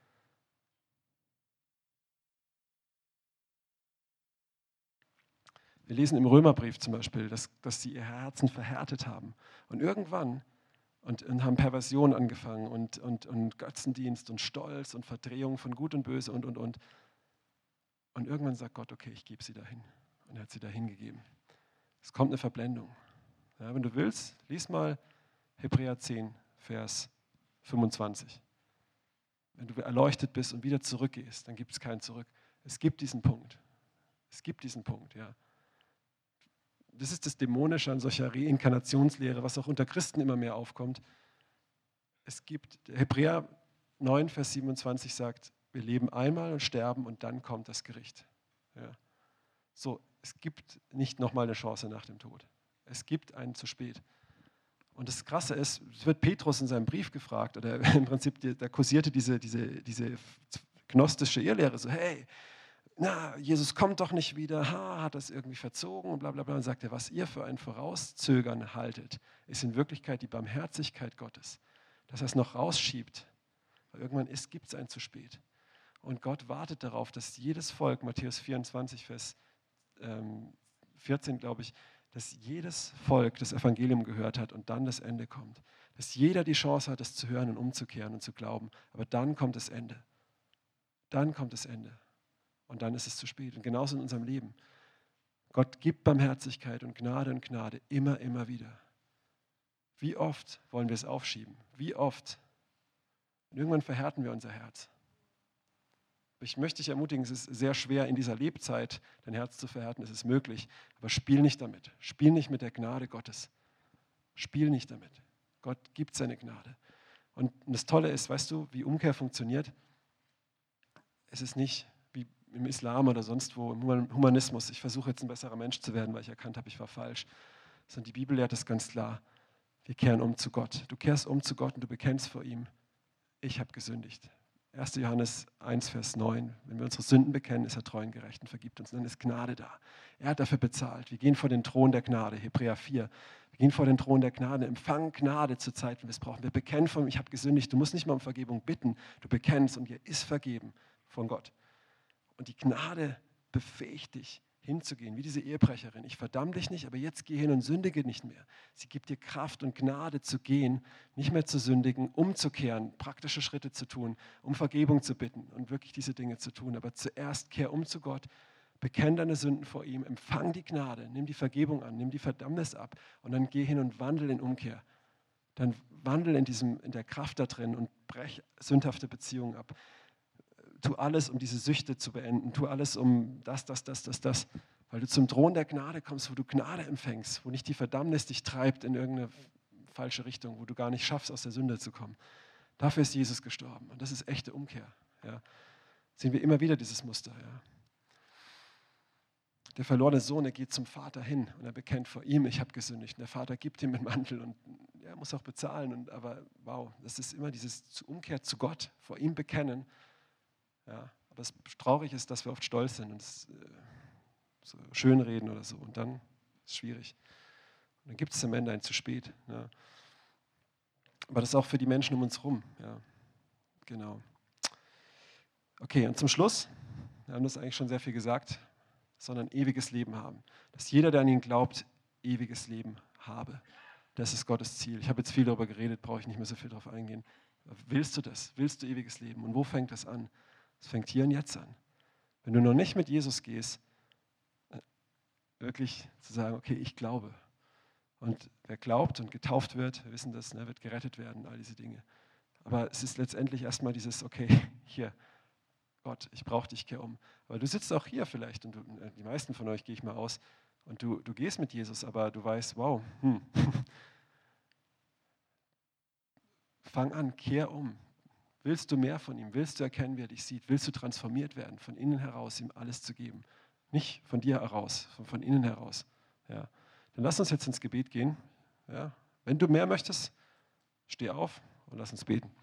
Wir lesen im Römerbrief zum Beispiel, dass, dass sie ihr Herzen verhärtet haben. Und irgendwann und, und haben Perversion angefangen und, und, und Götzendienst und Stolz und Verdrehung von Gut und Böse und, und, und. Und irgendwann sagt Gott, okay, ich gebe sie dahin. Und er hat sie dahin gegeben. Es kommt eine Verblendung. Ja, wenn du willst, lies mal Hebräer zehn, Vers fünfundzwanzig. Wenn du erleuchtet bist und wieder zurückgehst, dann gibt es kein Zurück. Es gibt diesen Punkt. Es gibt diesen Punkt, ja. Das ist das Dämonische an solcher Reinkarnationslehre, was auch unter Christen immer mehr aufkommt. Es gibt, Hebräer neun, Vers siebenundzwanzig sagt, wir leben einmal und sterben und dann kommt das Gericht. Ja. So, es gibt nicht nochmal eine Chance nach dem Tod. Es gibt einen zu spät. Und das Krasse ist, es wird Petrus in seinem Brief gefragt, oder im Prinzip, da kursierte diese, diese, diese gnostische Irrlehre, so hey, na, Jesus kommt doch nicht wieder, ha, hat das irgendwie verzogen und bla bla bla. Und sagt er, was ihr für ein Vorauszögern haltet, ist in Wirklichkeit die Barmherzigkeit Gottes, dass er es noch rausschiebt. Weil irgendwann gibt es ein zu spät. Und Gott wartet darauf, dass jedes Volk, Matthäus vierundzwanzig, Vers ähm, vierzehn, glaube ich, dass jedes Volk das Evangelium gehört hat und dann das Ende kommt. Dass jeder die Chance hat, es zu hören und umzukehren und zu glauben. Aber dann kommt das Ende. Dann kommt das Ende. Und dann ist es zu spät. Und genauso in unserem Leben. Gott gibt Barmherzigkeit und Gnade und Gnade immer, immer wieder. Wie oft wollen wir es aufschieben? Wie oft? Und irgendwann verhärten wir unser Herz. Ich möchte dich ermutigen, es ist sehr schwer in dieser Lebzeit dein Herz zu verhärten, es ist möglich, aber spiel nicht damit. Spiel nicht mit der Gnade Gottes. Spiel nicht damit. Gott gibt seine Gnade. Und das Tolle ist, weißt du, wie Umkehr funktioniert? es ist nicht wie im Islam oder sonst wo, im Humanismus, ich versuche jetzt ein besserer Mensch zu werden, weil ich erkannt habe, ich war falsch. Sondern die Bibel lehrt es ganz klar, wir kehren um zu Gott. Du kehrst um zu Gott und du bekennst vor ihm, ich habe gesündigt. erster Johannes eins, Vers neun. Wenn wir unsere Sünden bekennen, ist er treu und gerecht und vergibt uns. Und dann ist Gnade da. Er hat dafür bezahlt. Wir gehen vor den Thron der Gnade, Hebräer vier. Wir gehen vor den Thron der Gnade, empfangen Gnade zur Zeit, wenn wir es brauchen. Wir bekennen von ihm, ich habe gesündigt. Du musst nicht mal um Vergebung bitten. Du bekennst und dir ist vergeben von Gott. Und die Gnade befähigt dich, hinzugehen, wie diese Ehebrecherin. Ich verdamme dich nicht, aber jetzt geh hin und sündige nicht mehr. Sie gibt dir Kraft und Gnade zu gehen, nicht mehr zu sündigen, umzukehren, praktische Schritte zu tun, um Vergebung zu bitten und wirklich diese Dinge zu tun. Aber zuerst kehr um zu Gott, bekenn deine Sünden vor ihm, empfang die Gnade, nimm die Vergebung an, nimm die Verdammnis ab und dann geh hin und wandel in Umkehr. Dann wandel in, diesem, in der Kraft da drin und brech sündhafte Beziehungen ab. Tu alles, um diese Süchte zu beenden. Tu alles, um das, das, das, das, das. Weil du zum Thron der Gnade kommst, wo du Gnade empfängst, wo nicht die Verdammnis dich treibt in irgendeine falsche Richtung, wo du gar nicht schaffst, aus der Sünde zu kommen. Dafür ist Jesus gestorben. Und das ist echte Umkehr. Ja. Sehen wir immer wieder dieses Muster. Ja. Der verlorene Sohn, er geht zum Vater hin und er bekennt vor ihm, ich habe gesündigt. Und der Vater gibt ihm den Mantel und er muss auch bezahlen. Und, aber wow, das ist immer dieses Umkehr zu Gott, vor ihm bekennen. Ja, aber das Traurige ist, dass wir oft stolz sind und es äh, so schönreden oder so. Und dann ist es schwierig. Und dann gibt es am Ende ein zu spät. Ja. Aber das ist auch für die Menschen um uns herum. Ja. Genau. Okay, und zum Schluss, wir haben das eigentlich schon sehr viel gesagt, sondern ewiges Leben haben. Dass jeder, der an ihn glaubt, ewiges Leben habe. Das ist Gottes Ziel. Ich habe jetzt viel darüber geredet, brauche ich nicht mehr so viel darauf eingehen. Willst du das? Willst du ewiges Leben? Und wo fängt das an? Es fängt hier und jetzt an. Wenn du noch nicht mit Jesus gehst, wirklich zu sagen, okay, ich glaube. Und wer glaubt und getauft wird, wir wissen das, ne, wird gerettet werden, all diese Dinge. Aber es ist letztendlich erstmal dieses, okay, hier, Gott, ich brauche dich, kehr um. Weil du sitzt auch hier vielleicht, und du, die meisten von euch gehe ich mal aus, und du, du gehst mit Jesus, aber du weißt, wow, hm. Fang an, kehr um. Willst du mehr von ihm? Willst du erkennen, wie er dich sieht? Willst du transformiert werden, von innen heraus ihm alles zu geben? Nicht von dir heraus, von, von innen heraus. Ja. Dann lass uns jetzt ins Gebet gehen. Ja. Wenn du mehr möchtest, steh auf und lass uns beten.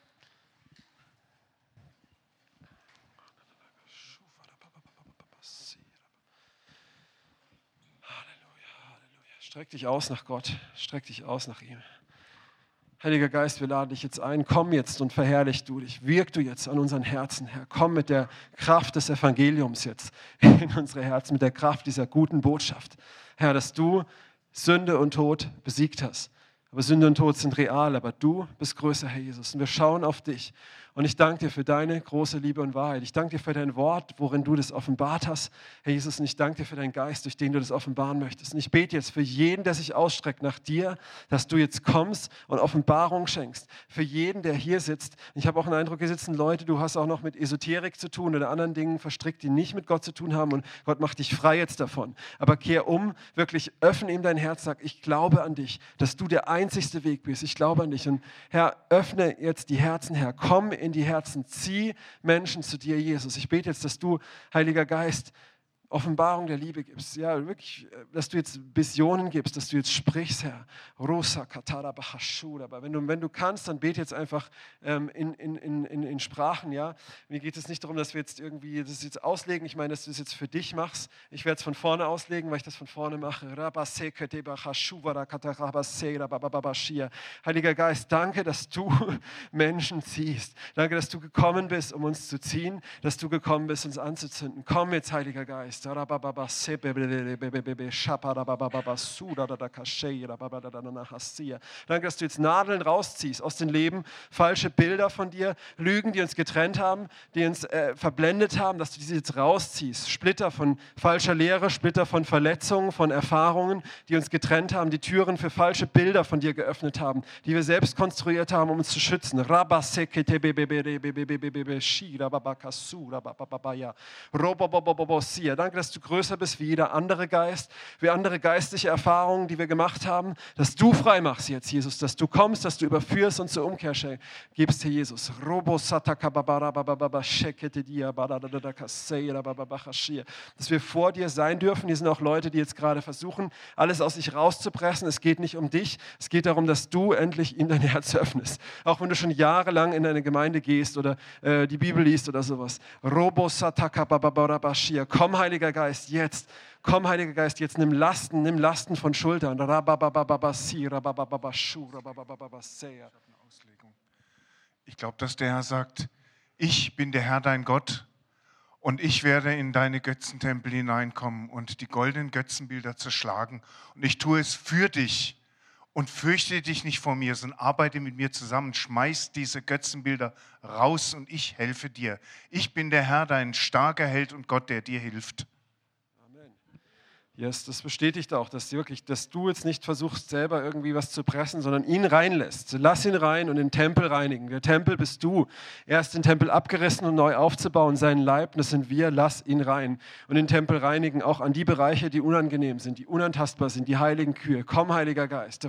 Halleluja, Halleluja. Streck dich aus nach Gott, streck dich aus nach ihm. Heiliger Geist, wir laden dich jetzt ein. Komm jetzt und verherrlich du dich. Wirk du jetzt an unseren Herzen, Herr. Komm mit der Kraft des Evangeliums jetzt in unsere Herzen, mit der Kraft dieser guten Botschaft. Herr, dass du Sünde und Tod besiegt hast. Aber Sünde und Tod sind real, aber du bist größer, Herr Jesus. Und wir schauen auf dich. Und ich danke dir für deine große Liebe und Wahrheit. Ich danke dir für dein Wort, worin du das offenbart hast, Herr Jesus. Und ich danke dir für deinen Geist, durch den du das offenbaren möchtest. Und ich bete jetzt für jeden, der sich ausstreckt nach dir, dass du jetzt kommst und Offenbarung schenkst. Für jeden, der hier sitzt. Ich habe auch den Eindruck, hier sitzen Leute, du hast auch noch mit Esoterik zu tun oder anderen Dingen verstrickt, die nicht mit Gott zu tun haben. Und Gott macht dich frei jetzt davon. Aber kehr um, wirklich öffne ihm dein Herz, sag, ich glaube an dich, dass du der einzigste Weg bist. Ich glaube an dich. Und Herr, öffne jetzt die Herzen, Herr. Komm in die Herzen. Zieh Menschen zu dir, Jesus. Ich bete jetzt, dass du, Heiliger Geist, Offenbarung der Liebe gibst, ja, wirklich, dass du jetzt Visionen gibst, dass du jetzt sprichst, Herr. Rosa Katara Bahashura. Aber wenn du, wenn du kannst, dann bete jetzt einfach ähm, in, in, in, in Sprachen, ja. Mir geht es nicht darum, dass wir jetzt irgendwie das jetzt auslegen. Ich meine, dass du es jetzt für dich machst. Ich werde es von vorne auslegen, weil ich das von vorne mache. Heiliger Geist, danke, dass du Menschen ziehst. Danke, dass du gekommen bist, um uns zu ziehen, dass du gekommen bist, uns anzuzünden. Komm jetzt, Heiliger Geist. Danke, dass du jetzt Nadeln rausziehst aus den Leben, falsche Bilder von dir, Lügen, die uns getrennt haben, die uns äh, verblendet haben, dass du diese jetzt rausziehst. Splitter von falscher Lehre, Splitter von Verletzungen, von Erfahrungen, die uns getrennt haben, die Türen für falsche Bilder von dir geöffnet haben, die wir selbst konstruiert haben, um uns zu schützen. Danke, danke, dass du größer bist wie jeder andere Geist, wie andere geistliche Erfahrungen, die wir gemacht haben, dass du frei machst jetzt, Jesus, dass du kommst, dass du überführst und zur Umkehr gibst, Herr Jesus. Dass wir vor dir sein dürfen. Hier sind auch Leute, die jetzt gerade versuchen, alles aus sich rauszupressen. Es geht nicht um dich, es geht darum, dass du endlich ihm dein Herz öffnest. Auch wenn du schon jahrelang in eine Gemeinde gehst oder äh, die Bibel liest oder sowas. Komm, Heiliger Geist, jetzt. Komm, Heiliger Geist, jetzt nimm Lasten, nimm Lasten von Schultern. Ich glaube, dass der Herr sagt, ich bin der Herr, dein Gott, und ich werde in deine Götzentempel hineinkommen und die goldenen Götzenbilder zerschlagen. Und ich tue es für dich. Und fürchte dich nicht vor mir, sondern arbeite mit mir zusammen. Schmeiß diese Götzenbilder raus und ich helfe dir. Ich bin der Herr, dein starker Held und Gott, der dir hilft. Yes, das bestätigt auch, dass, wirklich, dass du jetzt nicht versuchst, selber irgendwie was zu pressen, sondern ihn reinlässt. Lass ihn rein und den Tempel reinigen. Der Tempel bist du. Er ist den Tempel abgerissen und neu aufzubauen, seinen Leib, das sind wir. Lass ihn rein und den Tempel reinigen, auch an die Bereiche, die unangenehm sind, die unantastbar sind, die heiligen Kühe. Komm, Heiliger Geist.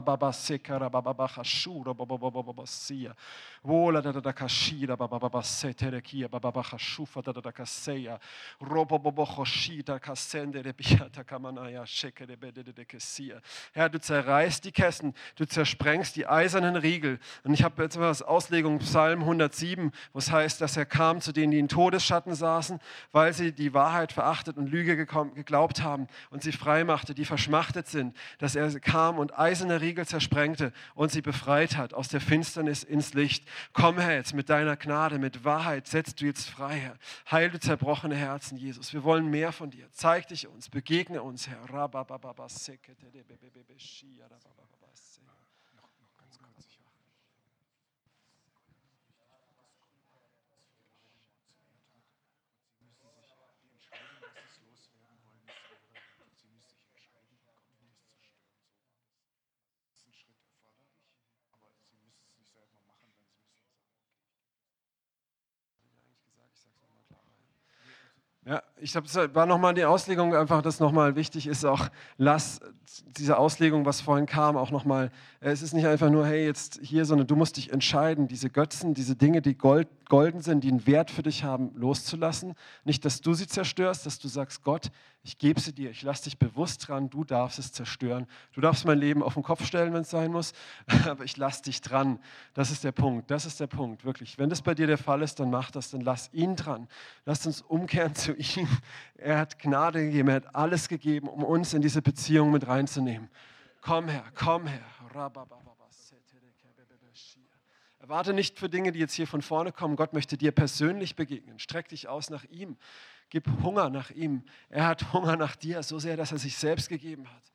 Herr, du zerreißt die Ketten, du zersprengst die eisernen Riegel. Und ich habe jetzt mal als Auslegung Psalm hundertsieben, wo es heißt, dass er kam zu denen, die in Todesschatten saßen, weil sie die Wahrheit verachtet und Lüge geglaubt haben und sie frei machte, die verschmachtet sind, dass er kam und eiserne Riegel zersprengte und sie befreit hat aus der Finsternis ins Licht. Komm, Herr, jetzt mit deiner Gnade, mit Wahrheit setzt du jetzt frei, Herr. Heil du zerbrochene Herzen, Jesus. Wir wollen mehr von dir. Zeig dich uns, begegne uns, Herr. Ja, ich glaube, es war nochmal die Auslegung, einfach, dass nochmal wichtig ist, auch lass diese Auslegung, was vorhin kam, auch nochmal, es ist nicht einfach nur, hey, jetzt hier, sondern du musst dich entscheiden, diese Götzen, diese Dinge, die gold, golden sind, die einen Wert für dich haben, loszulassen. Nicht, dass du sie zerstörst, dass du sagst, Gott, ich gebe sie dir, ich lasse dich bewusst dran, du darfst es zerstören. Du darfst mein Leben auf den Kopf stellen, wenn es sein muss, aber ich lasse dich dran. Das ist der Punkt, das ist der Punkt, wirklich. Wenn das bei dir der Fall ist, dann mach das, dann lass ihn dran. Lass uns umkehren zu ihm. Er hat Gnade gegeben, er hat alles gegeben, um uns in diese Beziehung mit reinzunehmen. Komm her, komm her. Erwarte nicht für Dinge, die jetzt hier von vorne kommen. Gott möchte dir persönlich begegnen. Streck dich aus nach ihm. Gib Hunger nach ihm. Er hat Hunger nach dir, so sehr, dass er sich selbst gegeben hat.